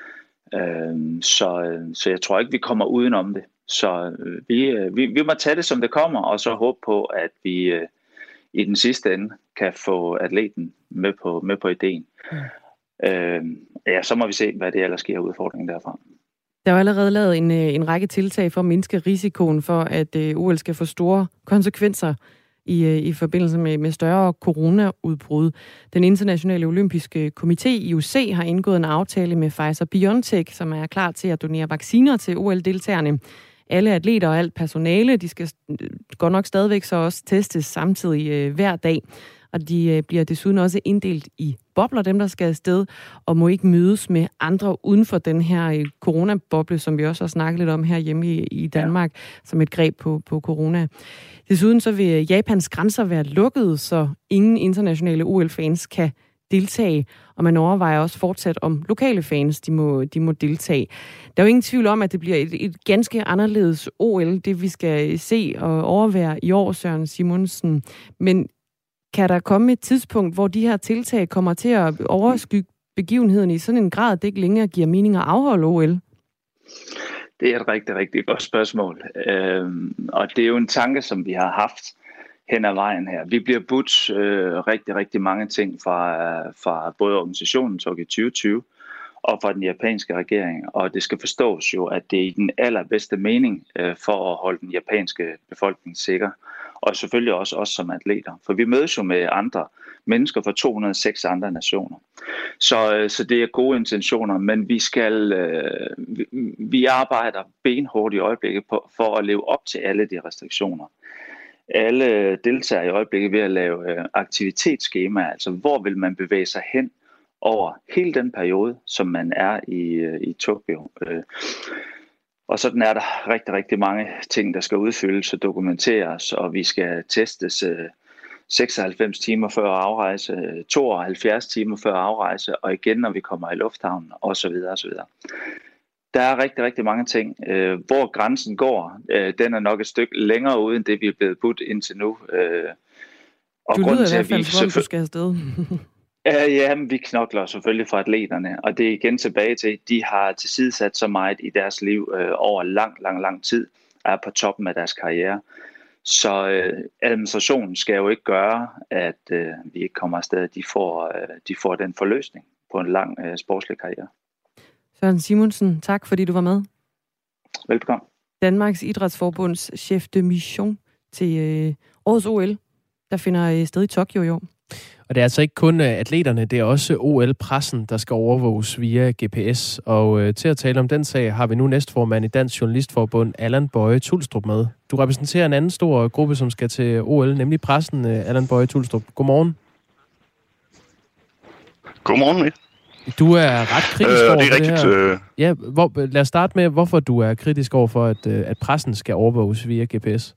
Så jeg tror ikke, vi kommer udenom det. Så vi må tage det, som det kommer, og så håbe på, at vi i den sidste ende kan få atleten med på ideen. Så må vi se, hvad det ellers giver udfordringen derfra. Der er jo allerede lavet en række tiltag for at mindske risikoen for, at OL skal få store konsekvenser i forbindelse med større coronaudbrud. Den internationale olympiske komité, IOC, har indgået en aftale med Pfizer-BioNTech, som er klar til at donere vacciner til OL-deltagerne. Alle atleter og alt personale, de skal godt nok stadigvæk så også testes samtidig hver dag. Og de bliver desuden også inddelt i bobler, dem der skal afsted, og må ikke mødes med andre uden for den her coronaboble, som vi også har snakket lidt om herhjemme i Danmark, som et greb på corona. Desuden så vil Japans grænser være lukket, så ingen internationale OL-fans kan deltage, og man overvejer også fortsat, om lokale fans de må deltage. Der er jo ingen tvivl om, at det bliver et ganske anderledes OL, det vi skal se og overvære i år, Søren Simonsen. Men kan der komme et tidspunkt, hvor de her tiltag kommer til at overskygge begivenheden i sådan en grad, at det ikke længere giver mening at afholde OL? Det er et rigtig, rigtig godt spørgsmål. Og det er jo en tanke, som vi har haft hen ad vejen her. Vi bliver budt rigtig, rigtig mange ting fra både organisationen Tokyo 2020 og fra den japanske regering. Og det skal forstås jo, at det er i den allerbedste mening for at holde den japanske befolkning sikker. Og selvfølgelig også os som atleter. For vi mødes jo med andre mennesker fra 206 andre nationer. Så det er gode intentioner, men vi arbejder benhårdt i øjeblikket for at leve op til alle de restriktioner. Alle deltager i øjeblikket ved at lave aktivitetsskemaer, altså hvor vil man bevæge sig hen over hele den periode, som man er i Tokyo. Og sådan er der rigtig, rigtig mange ting, der skal udfyldes og dokumenteres, og vi skal testes 96 timer før afrejse, 72 timer før afrejse, og igen, når vi kommer i lufthavnen, osv. osv. Der er rigtig, rigtig mange ting. Hvor grænsen går, den er nok et stykke længere ude, end det vi er blevet budt indtil nu. Og du lyder i hvert fald, som du skal afsted. Ja, men vi knokler selvfølgelig for atleterne, og det er igen tilbage til, de har tilsidesat så meget i deres liv over lang tid, er på toppen af deres karriere. Så administrationen skal jo ikke gøre, at vi ikke kommer afsted. De får den forløsning på en lang sportslig karriere. Søren Simonsen, tak fordi du var med. Velbekomme. Danmarks Idrætsforbunds chef de mission til årets OL, der finder sted i Tokyo i år. Og det er altså ikke kun atleterne, det er også OL-pressen, der skal overvåges via GPS. Og til at tale om den sag har vi nu næstformand i Dansk Journalistforbund, Allan Boje Tulstrup, med. Du repræsenterer en anden stor gruppe, som skal til OL, nemlig pressen, Allan Boje Tulstrup. Godmorgen. Godmorgen. Du er ret kritisk over det er rigtigt. Ja, lad os starte med, hvorfor du er kritisk over for, at pressen skal overvåges via GPS.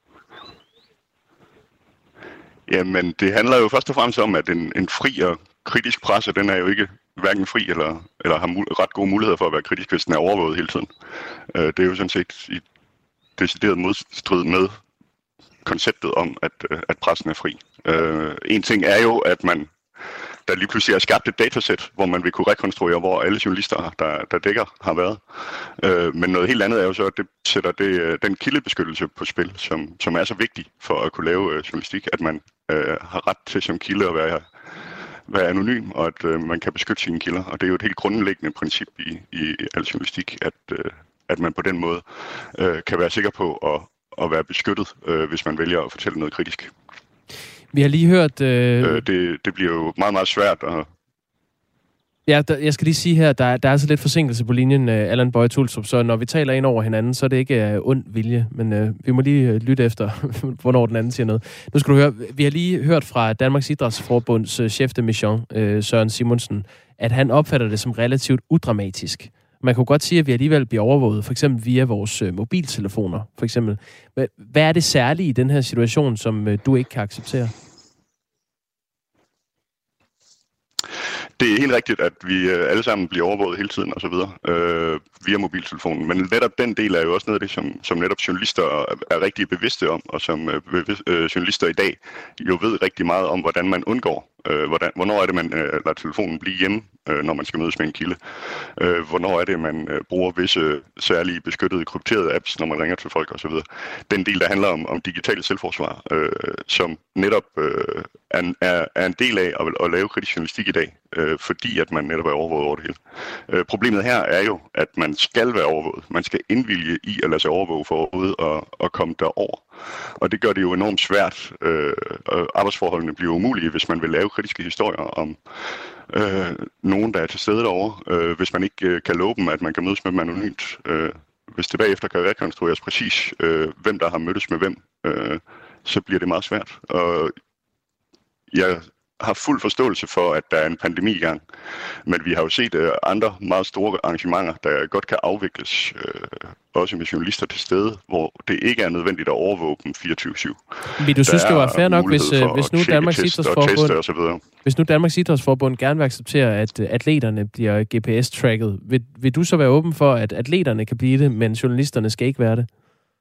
Jamen, det handler jo først og fremmest om, at en fri og kritisk presse, den er jo ikke hverken fri eller har ret gode muligheder for at være kritisk, hvis den er overvåget hele tiden. Det er jo sådan set i decideret modstrid med konceptet om, at pressen er fri. En ting er jo, at der lige pludselig er skabt et datasæt, hvor man vil kunne rekonstruere, hvor alle journalister, der dækker, har været. Men noget helt andet er jo så, at det sætter den kildebeskyttelse på spil, som er så vigtig for at kunne lave journalistik, at man har ret til som kilde at være anonym, og at man kan beskytte sine kilder. Og det er jo et helt grundlæggende princip i al journalistik, at man på den måde kan være sikker på at være beskyttet, hvis man vælger at fortælle noget kritisk. Vi har lige hørt... Det bliver jo meget, meget svært at... Ja, jeg skal lige sige her, der er altså lidt forsinkelse på linjen, Allan Boje Tulstrup, så når vi taler ind over hinanden, så er det ikke ond vilje, men vi må lige lytte efter, hvornår den anden siger noget. Nu skal du høre, vi har lige hørt fra Danmarks Idrætsforbunds chef de mission, Søren Simonsen, at han opfatter det som relativt udramatisk Man kunne godt sige, at vi alligevel bliver overvåget, for eksempel via vores mobiltelefoner, for eksempel. Hvad er det særlige i den her situation, som du ikke kan acceptere? Det er helt rigtigt, at vi alle sammen bliver overvåget hele tiden og så videre via mobiltelefonen. Men netop den del er jo også noget af det, som netop journalister er rigtig bevidste om, og som journalister i dag jo ved rigtig meget om, hvordan man undgår. Hvornår er det, man lader telefonen blive hjemme, når man skal mødes med en kilde? Hvornår er det, man bruger visse særlige beskyttede, krypterede apps, når man ringer til folk osv.? Den del, der handler om digital selvforsvar, som netop er en del af at lave kritisk journalistik i dag, fordi at man netop er overvåget over det hele. Problemet her er jo, at man skal være overvåget. Man skal indvilge i at lade sig overvåge for overhovedet at komme derover. Og det gør det jo enormt svært. Arbejdsforholdene bliver umulige, hvis man vil lave kritiske historier om nogen, der er til stede derovre. Hvis man ikke kan love dem, at man kan mødes med dem anonymt. Hvis det bagefter kan rekonstrueres præcis, hvem der har mødtes med hvem, så bliver det meget svært. Og jeg har fuld forståelse for, at der er en pandemi i gang. Men vi har jo set andre meget store arrangementer, der godt kan afvikles, også med journalister til stede, hvor det ikke er nødvendigt at overvåge dem 24/7. Vil du synes, det var fair nok, hvis nu Danmarks Idrætsforbund gerne vil acceptere, at atleterne bliver GPS-tracket? Vil du så være åben for, at atleterne kan blive det, men journalisterne skal ikke være det?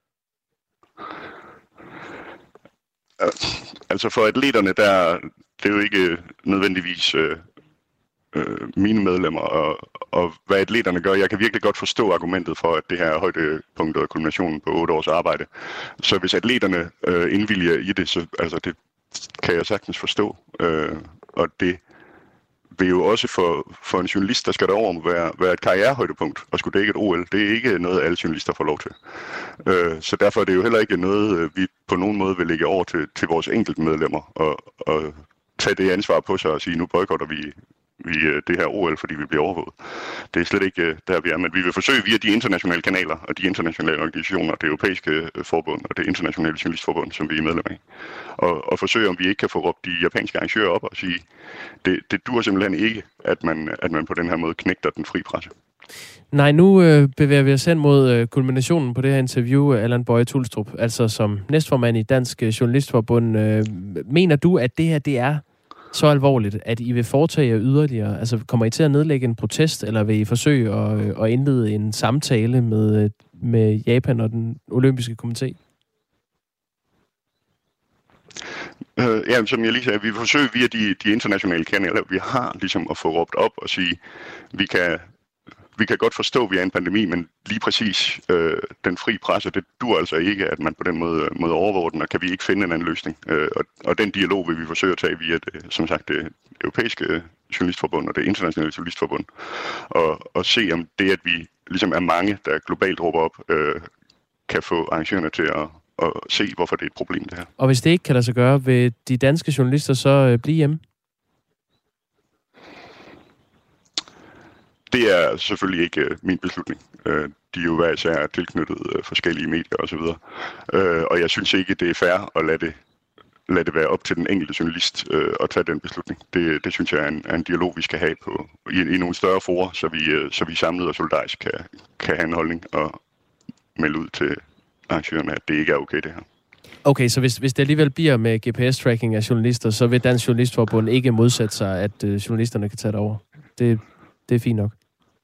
Altså for atleterne, det er jo ikke nødvendigvis mine medlemmer, og hvad atleterne gør. Jeg kan virkelig godt forstå argumentet for, at det her er højdepunktet og kulminationen på 8 års arbejde. Så hvis atleterne indvilliger i det, så altså det kan jeg sagtens forstå. Og det vil jo også for en journalist, der skal derover være et karrierehøjdepunkt og skulle dække et OL. Det er ikke noget, alle journalister får lov til. Så derfor er det jo heller ikke noget, vi på nogen måde vil lægge over til vores enkelte medlemmer og tage det ansvar på sig og sige, nu boykotter vi det her OL, fordi vi bliver overvåget. Det er slet ikke der, vi er, men vi vil forsøge via de internationale kanaler og de internationale organisationer, det europæiske forbund og det internationale journalistforbund, som vi er medlem af, og forsøge, om vi ikke kan få råbt de japanske arrangører op og sige, det duer simpelthen ikke, at man på den her måde knægter den frie presse. Nej, nu bevæger vi os hen mod kulminationen på det her interview, Allan Boye Tulstrup, altså som næstformand i Dansk Journalistforbund. Mener du, at det her det er så alvorligt, at I vil foretage jer yderligere? Altså kommer I til at nedlægge en protest, eller vil I forsøge at indlede en samtale med Japan og den olympiske komité? Ja, som jeg lige sagde, vi forsøger via de internationale kanaler, vi har ligesom at få råbt op og sige, vi kan godt forstå, at vi er en pandemi, men lige præcis den fri presse, det dur altså ikke, at man på den måde overvåger den, og kan vi ikke finde en anden løsning. Og den dialog vil vi forsøge at tage via, som sagt, det europæiske journalistforbund og det internationale journalistforbund, og se om det, at vi ligesom er mange, der globalt råber op, kan få arrangørerne til at se, hvorfor det er et problem, det her. Og hvis det ikke kan lade sig gøre, vil de danske journalister så blive hjemme? Det er selvfølgelig ikke min beslutning. De er jo hver især tilknyttet forskellige medier osv. Og jeg synes ikke, det er fair at lade det være op til den enkelte journalist at tage den beslutning. Det synes jeg er en dialog, vi skal have i nogle større fora, så vi samlet og solidarisk kan have en holdning og melde ud til arrangørerne, at det ikke er okay, det her. Okay, så hvis det alligevel bliver med GPS-tracking af journalister, så vil Dansk Journalistforbund ikke modsætte sig, at journalisterne kan tage det over. Det er fint nok.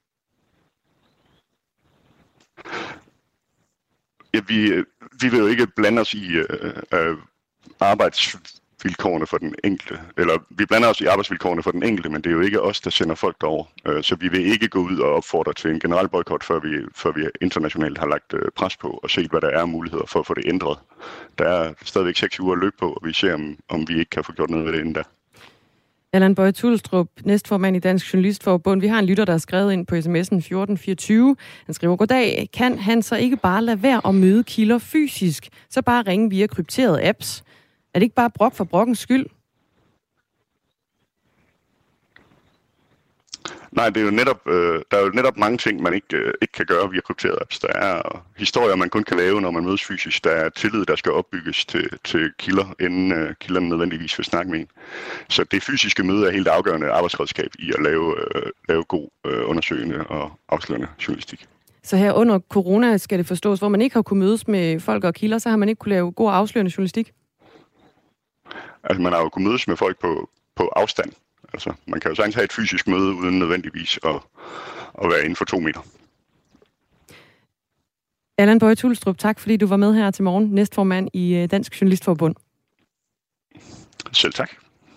Ja, vi vil jo ikke blande os i arbejdsvilkårene for den enkelte. Eller vi blander os i arbejdsvilkårene for den enkelte, men det er jo ikke os, der sender folk derover. Så vi vil ikke gå ud og opfordre til en generel boykot, før vi internationalt har lagt pres på og set, hvad der er muligheder for at få det ændret. Der er stadigvæk 6 uger at løbe på, og vi ser, om vi ikke kan få gjort noget ved det inden da. Allan Boye Tulstrup, næstformand i Dansk Journalistforbund. Vi har en lytter, der har skrevet ind på sms'en 1424. Han skriver, goddag, kan han så ikke bare lade være at møde kilder fysisk, så bare ringe via krypterede apps? Er det ikke bare brok for brokkens skyld? Nej, det er jo netop, der er jo netop mange ting, man ikke kan gøre via krypterede apps. Der er historier, man kun kan lave, når man mødes fysisk. Der er tillid, der skal opbygges til kilder, inden kilderne nødvendigvis vil snakke med en. Så det fysiske møde er helt afgørende arbejdsredskab i at lave god undersøgende og afslørende journalistik. Så her under corona skal det forstås, hvor man ikke har kunnet mødes med folk og kilder, så har man ikke kunne lave god afslørende journalistik? Altså, man har jo kunnet mødes med folk på afstand. Altså, man kan jo sagtens have et fysisk møde, uden nødvendigvis at være inden for 2 meter. Allan Boye Tulstrup, tak fordi du var med her til morgen, næstformand i Dansk Journalistforbund. Selv tak.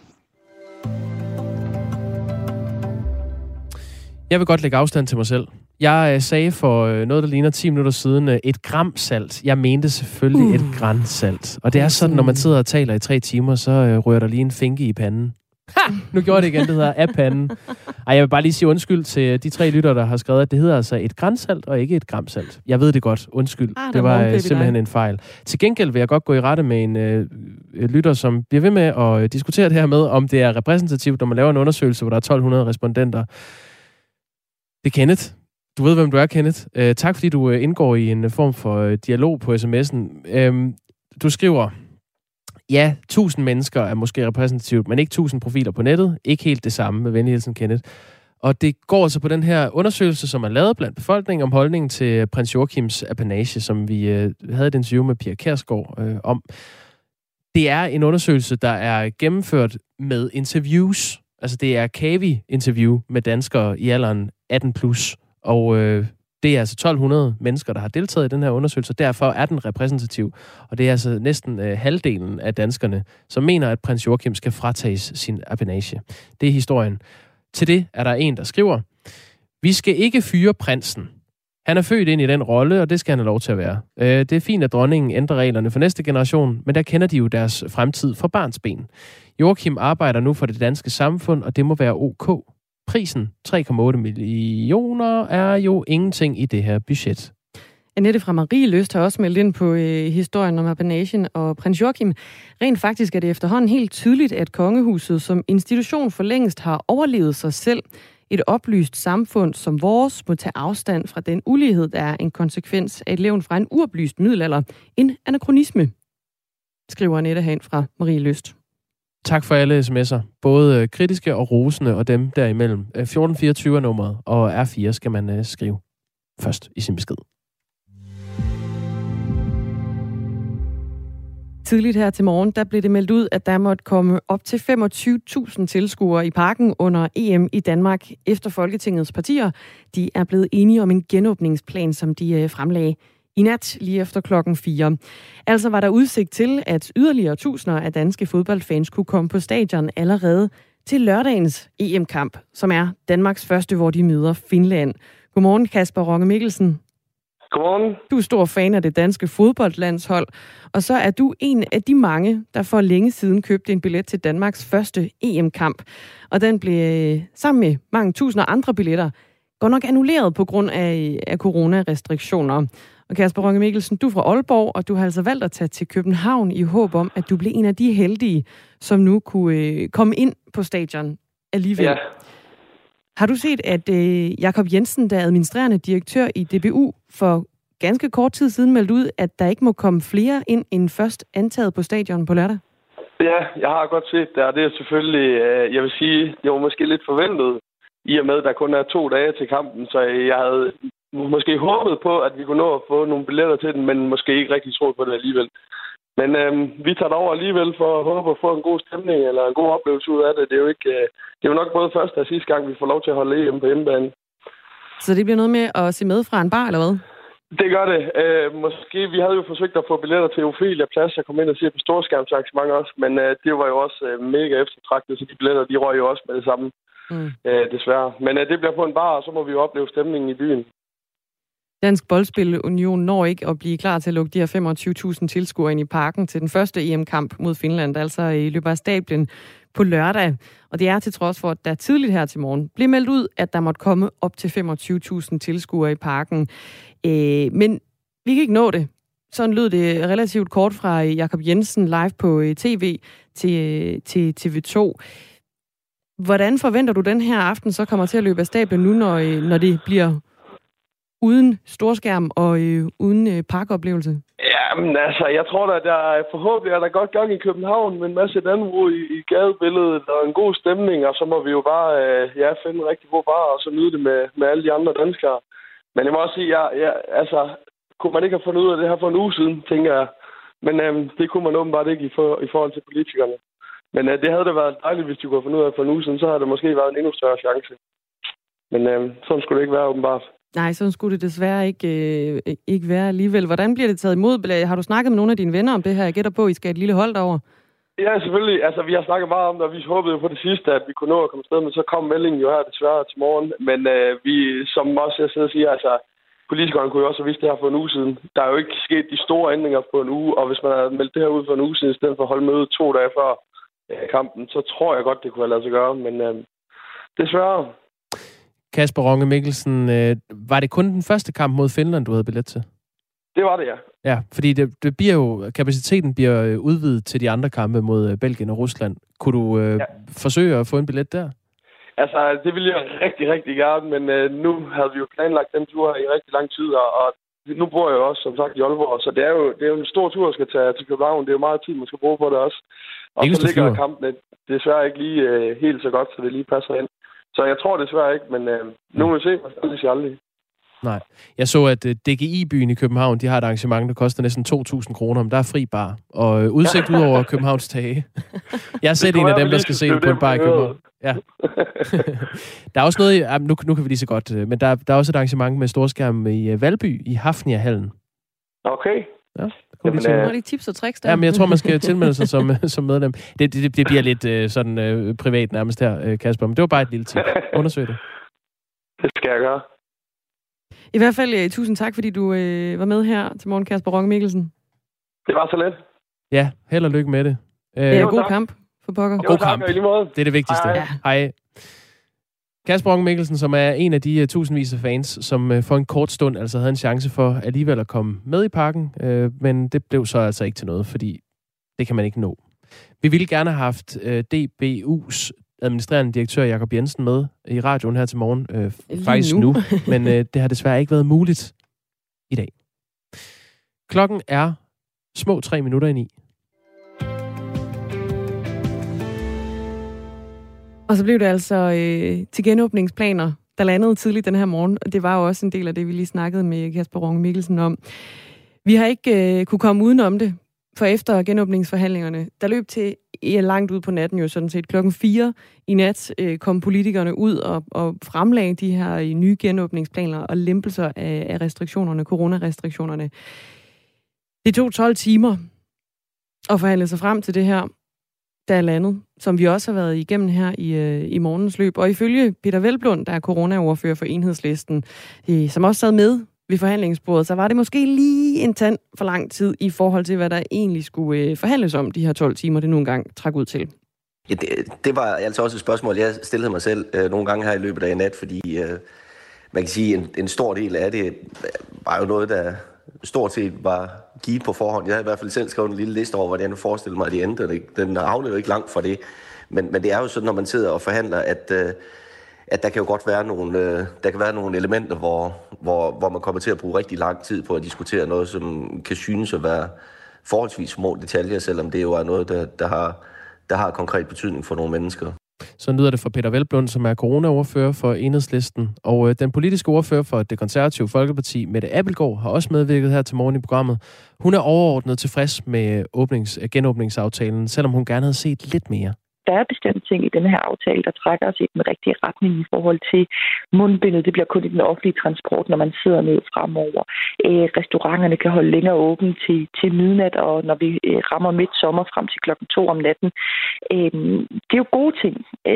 Jeg vil godt lægge afstand til mig selv. Jeg sagde for noget, der ligner 10 minutter siden, 1 gram salt. Jeg mente selvfølgelig 1 gran salt. Og det er sådan, når man sidder og taler i 3 timer, så rører der lige en finke i panden. Ha! Nu gjorde det igen, det hedder af panden. Ej, jeg vil bare lige sige undskyld til de 3 lyttere, der har skrevet, at det hedder altså 1 gran salt og ikke 1 gram salt. Jeg ved det godt. Undskyld. Det var simpelthen en fejl. Til gengæld vil jeg godt gå i rette med en lytter, som bliver ved med at diskutere det her med, om det er repræsentativt, når man laver en undersøgelse, hvor der er 1200 respondenter. Det er Kenneth. Du ved, hvem du er, Kenneth. Tak, fordi du indgår i en form for dialog på sms'en. Du skriver, ja, 1000 mennesker er måske repræsentativt, men ikke 1000 profiler på nettet. Ikke helt det samme med venlig hilsen, Kenneth. Og det går altså på den her undersøgelse, som er lavet blandt befolkningen om holdningen til prins Joachims apanage, som vi havde et interview med Pia Kjærsgaard om. Det er en undersøgelse, der er gennemført med interviews. Altså det er Kavi-interview med danskere i alderen 18+. Og det er altså 1200 mennesker, der har deltaget i den her undersøgelse, og derfor er den repræsentativ. Og det er altså næsten halvdelen af danskerne, som mener, at prins Joachim skal fratages sin apanage. Det er historien. Til det er der en, der skriver, vi skal ikke fyre prinsen. Han er født ind i den rolle, og det skal han have lov til at være. Det er fint, at dronningen ændrer reglerne for næste generation, men der kender de jo deres fremtid fra barnsben. Joachim arbejder nu for det danske samfund, og det må være ok. Prisen, 3,8 millioner, er jo ingenting i det her budget. Annette fra Marie Lyst har også meldt ind på historien om apanagen og prins Joachim. Rent faktisk er det efterhånden helt tydeligt, at kongehuset som institution for længst har overlevet sig selv. Et oplyst samfund som vores må tage afstand fra den ulighed, der er en konsekvens af et levn fra en uoplyst middelalder. En anakronisme, skriver Annette hen fra Marie Lyst. Tak for alle sms'er. Både kritiske og rosende, og dem derimellem. 1424 er nummeret, og R4 skal man skrive først i sin besked. Tidligt her til morgen, der blev det meldt ud, at der måtte komme op til 25.000 tilskuere i parken under EM i Danmark, efter Folketingets partier. De er blevet enige om en genåbningsplan, som de fremlagde i nat lige efter 4:00. Altså var der udsigt til, at yderligere tusinder af danske fodboldfans kunne komme på stadion allerede til lørdagens EM-kamp, som er Danmarks første, hvor de møder Finland. Godmorgen, Kasper Ronge Mikkelsen. Godmorgen. Du er stor fan af det danske fodboldlandshold, og så er du en af de mange, der for længe siden købte en billet til Danmarks første EM-kamp. Og den blev sammen med mange tusinder andre billetter godt nok annulleret på grund af coronarestriktioner. Og Kasper Ronge Mikkelsen, du er fra Aalborg, og du har altså valgt at tage til København i håb om, at du blev en af de heldige, som nu kunne komme ind på stadion alligevel. Ja. Har du set, at Jakob Jensen, der er administrerende direktør i DBU, for ganske kort tid siden meldte ud, at der ikke må komme flere ind end først antaget på stadion på lørdag? Ja, jeg har godt set det, og det er selvfølgelig, jeg vil sige, det var måske lidt forventet, i og med, at der kun er 2 dage til kampen, så jeg havde måske håbet på, at vi kunne nå at få nogle billetter til den, men måske ikke rigtig troet på det alligevel. Men vi tager over alligevel for at håbe at få en god stemning eller en god oplevelse ud af det. Det er jo nok både første og sidste gang, vi får lov til at holde EM på hjemmebane. Så det bliver noget med at se med fra en bar, eller hvad? Det gør det. Måske, vi havde jo forsøgt at få billetter til Ophelia Plads. Jeg kom ind og se på storskærmsarrangement også, men det var jo også mega eftertragtet, så de billetter, de røg jo også med det samme. Desværre. Men det bliver på en bar, og så må vi jo opleve stemningen i byen. Dansk Boldspilunion når ikke at blive klar til at lukke de her 25.000 tilskuere ind i parken til den første EM-kamp mod Finland, altså i løbet af stablen på lørdag. Og det er til trods for, at der tidligt her til morgen blev meldt ud, at der måtte komme op til 25.000 tilskuere i parken. Men vi kan ikke nå det. Sådan lød det relativt kort fra Jakob Jensen live på tv til TV2. Hvordan forventer du den her aften så kommer til at løbe af stablen nu, når det bliver uden storskærm og uden parkoplevelse? Jamen altså, jeg tror da, der er forhåbentlig er der godt gang i København med en masse danbrug i gadebilledet og en god stemning, og så må vi jo bare finde en rigtig god bar og så nyde det med alle de andre danskere. Men jeg må også sige, altså, kunne man ikke have fundet ud af det her for en uge siden, tænker jeg. Men det kunne man åbenbart ikke i forhold til politikerne. Men det havde da været dejligt, hvis de kunne have fundet ud af for en uge siden, så havde det måske været en endnu større chance. Men sådan skulle det ikke være åbenbart. Nej, sådan skulle det desværre ikke være alligevel. Hvordan bliver det taget imod? Har du snakket med nogle af dine venner om det her? Jeg gætter på, at I skal et lille hold derover. Ja, selvfølgelig. Altså, vi har snakket meget om det, og vi håbede jo på det sidste, at vi kunne nå at komme afsted, men så kom meldingen jo her desværre til morgen. Men vi, som også jeg sidder og siger, altså, politikerne kunne jo også have vidst det her for en uge siden. Der er jo ikke sket de store ændringer på en uge, og hvis man havde meldt det her ud for en uge siden, i stedet for at holde mødet 2 dage før kampen, så tror jeg godt, det kunne have ladet sig gøre, men desværre. Kasper Ronge Mikkelsen, var det kun den første kamp mod Finland, du havde billet til? Det var det, ja. Ja, fordi det bliver jo, kapaciteten bliver udvidet til de andre kampe mod Belgien og Rusland. Kunne du forsøge at få en billet der? Altså, det ville jeg rigtig, rigtig gerne, men nu havde vi jo planlagt den tur i rigtig lang tid, og nu bor jeg jo også, som sagt, i Aalborg, så det er jo en stor tur, jeg skal tage til København. Det er jo meget tid, man skal bruge på det også. Og så ligger kampene desværre ikke lige helt så godt, så det lige passer ind. Så jeg tror desværre ikke, men nu må vi se, hvad det siger aldrig. Nej. Jeg så, at DGI-byen i København, de har et arrangement, der koster næsten 2.000 kroner, men der er fri bar. Og udsigt ud over Københavns tage. Jeg har set en af dem, der skal se på en bar i København. Ja. Der er også noget, nu kan vi lige så godt, men der er også et arrangement med storskærm i Valby, i Hafnia-hallen. Okay. Ja. Hvor de tips og tricks der? Ja, men jeg tror, man skal tilmelde sig som medlem. Det bliver lidt sådan privat nærmest her, Kasper, men det var bare et lille tip. Undersøg det. Det skal jeg gøre. I hvert fald tusind tak, fordi du var med her til morgen, Kasper Ronge Mikkelsen. Det var så let. Ja, held og lykke med det. God kamp for pokker. God kamp. Det er det vigtigste. Hej. Kasper Ronge Mikkelsen, som er en af de tusindvis af fans, som for en kort stund altså havde en chance for alligevel at komme med i parken, men det blev så altså ikke til noget, fordi det kan man ikke nå. Vi ville gerne have haft DBU's administrerende direktør Jakob Jensen med i radioen her til morgen, faktisk nu, men det har desværre ikke været muligt i dag. Klokken er små 3 minutter ind i. Og så blev det altså til genåbningsplaner, der landede tidligt den her morgen, og det var jo også en del af det, vi lige snakkede med Kasper Ronge Mikkelsen om. Vi har ikke kunne komme udenom det, for efter genåbningsforhandlingerne, der løb til langt ud på natten jo sådan set. 4:00 i nat kom politikerne ud og fremlagde de her nye genåbningsplaner og lempelser af restriktionerne, coronarestriktionerne. Det tog 12 timer at forhandle sig frem til det her, der er landet, som vi også har været igennem her i morgens løb. Og ifølge Peter Hvelplund, der er coronaordfører for Enhedslisten, som også sad med ved forhandlingsbordet, så var det måske lige en tand for lang tid i forhold til, hvad der egentlig skulle forhandles om de her 12 timer, det nu engang trak ud til. Ja, det var altså også et spørgsmål, jeg stillede mig selv nogle gange her i løbet af nat, fordi man kan sige, en stor del af det var jo noget, der stort set var givet på forhånd. Jeg havde i hvert fald selv skrevet en lille liste over, hvordan jeg forestillede mig, at de endte. Den havnede jo ikke langt fra det. Men det er jo sådan, når man sidder og forhandler, at der kan jo godt være nogle elementer, hvor man kommer til at bruge rigtig lang tid på at diskutere noget, som kan synes at være forholdsvis små detaljer, selvom det jo er noget, der har konkret betydning for nogle mennesker. Så lyder det fra Peter Hvelplund, som er coronaordfører for Enhedslisten. Og den politiske ordfører for Det Konservative Folkeparti, Mette Abildgaard, har også medvirket her til morgen i programmet. Hun er overordnet tilfreds med genåbningsaftalen, selvom hun gerne havde set lidt mere. Der er bestemte ting i denne her aftale, der trækker os i den rigtige retning i forhold til mundbindet. Det bliver kun i den offentlige transport, når man sidder ned fremover. Restauranterne kan holde længere åben til midnat, og når vi rammer midt sommer frem til 2:00 om natten. Det er jo gode ting.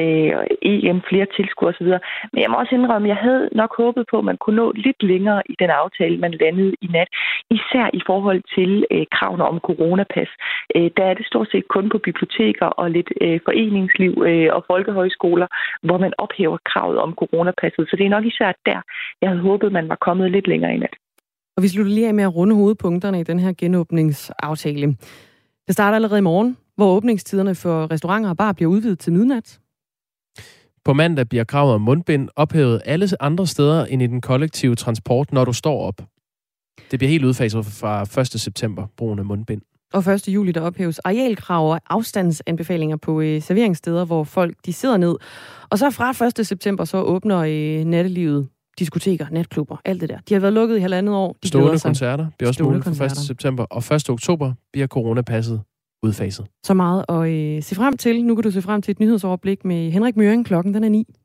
EM, flere tilskud osv. Men jeg må også indrømme, at jeg havde nok håbet på, at man kunne nå lidt længere i den aftale, man landede i nat. Især i forhold til kravene om coronapas. Der er det stort set kun på biblioteker og lidt foreningsliv og folkehøjskoler, hvor man ophæver kravet om coronapasset. Så det er nok især der, jeg havde håbet, man var kommet lidt længere i nat. Og vi slutter lige af med at runde hovedpunkterne i den her genåbningsaftale. Det starter allerede i morgen, hvor åbningstiderne for restauranter og bar bliver udvidet til midnat. På mandag bliver kravet om mundbind ophævet alle andre steder end i den kollektive transport, når du står op. Det bliver helt udfaset fra 1. september, brugen af mundbind. Og 1. juli, der ophæves arealkrav og afstandsanbefalinger på serveringssteder, hvor folk de sidder ned. Og så fra 1. september, så åbner nattelivet, diskoteker, natklubber, alt det der. De har været lukket i 1,5 år. Stående koncerter bliver også muligt fra 1. september. Og 1. oktober bliver coronapasset udfaset. Så meget at se frem til. Nu kan du se frem til et nyhedsoverblik med Henrik Møring. Klokken den er 9.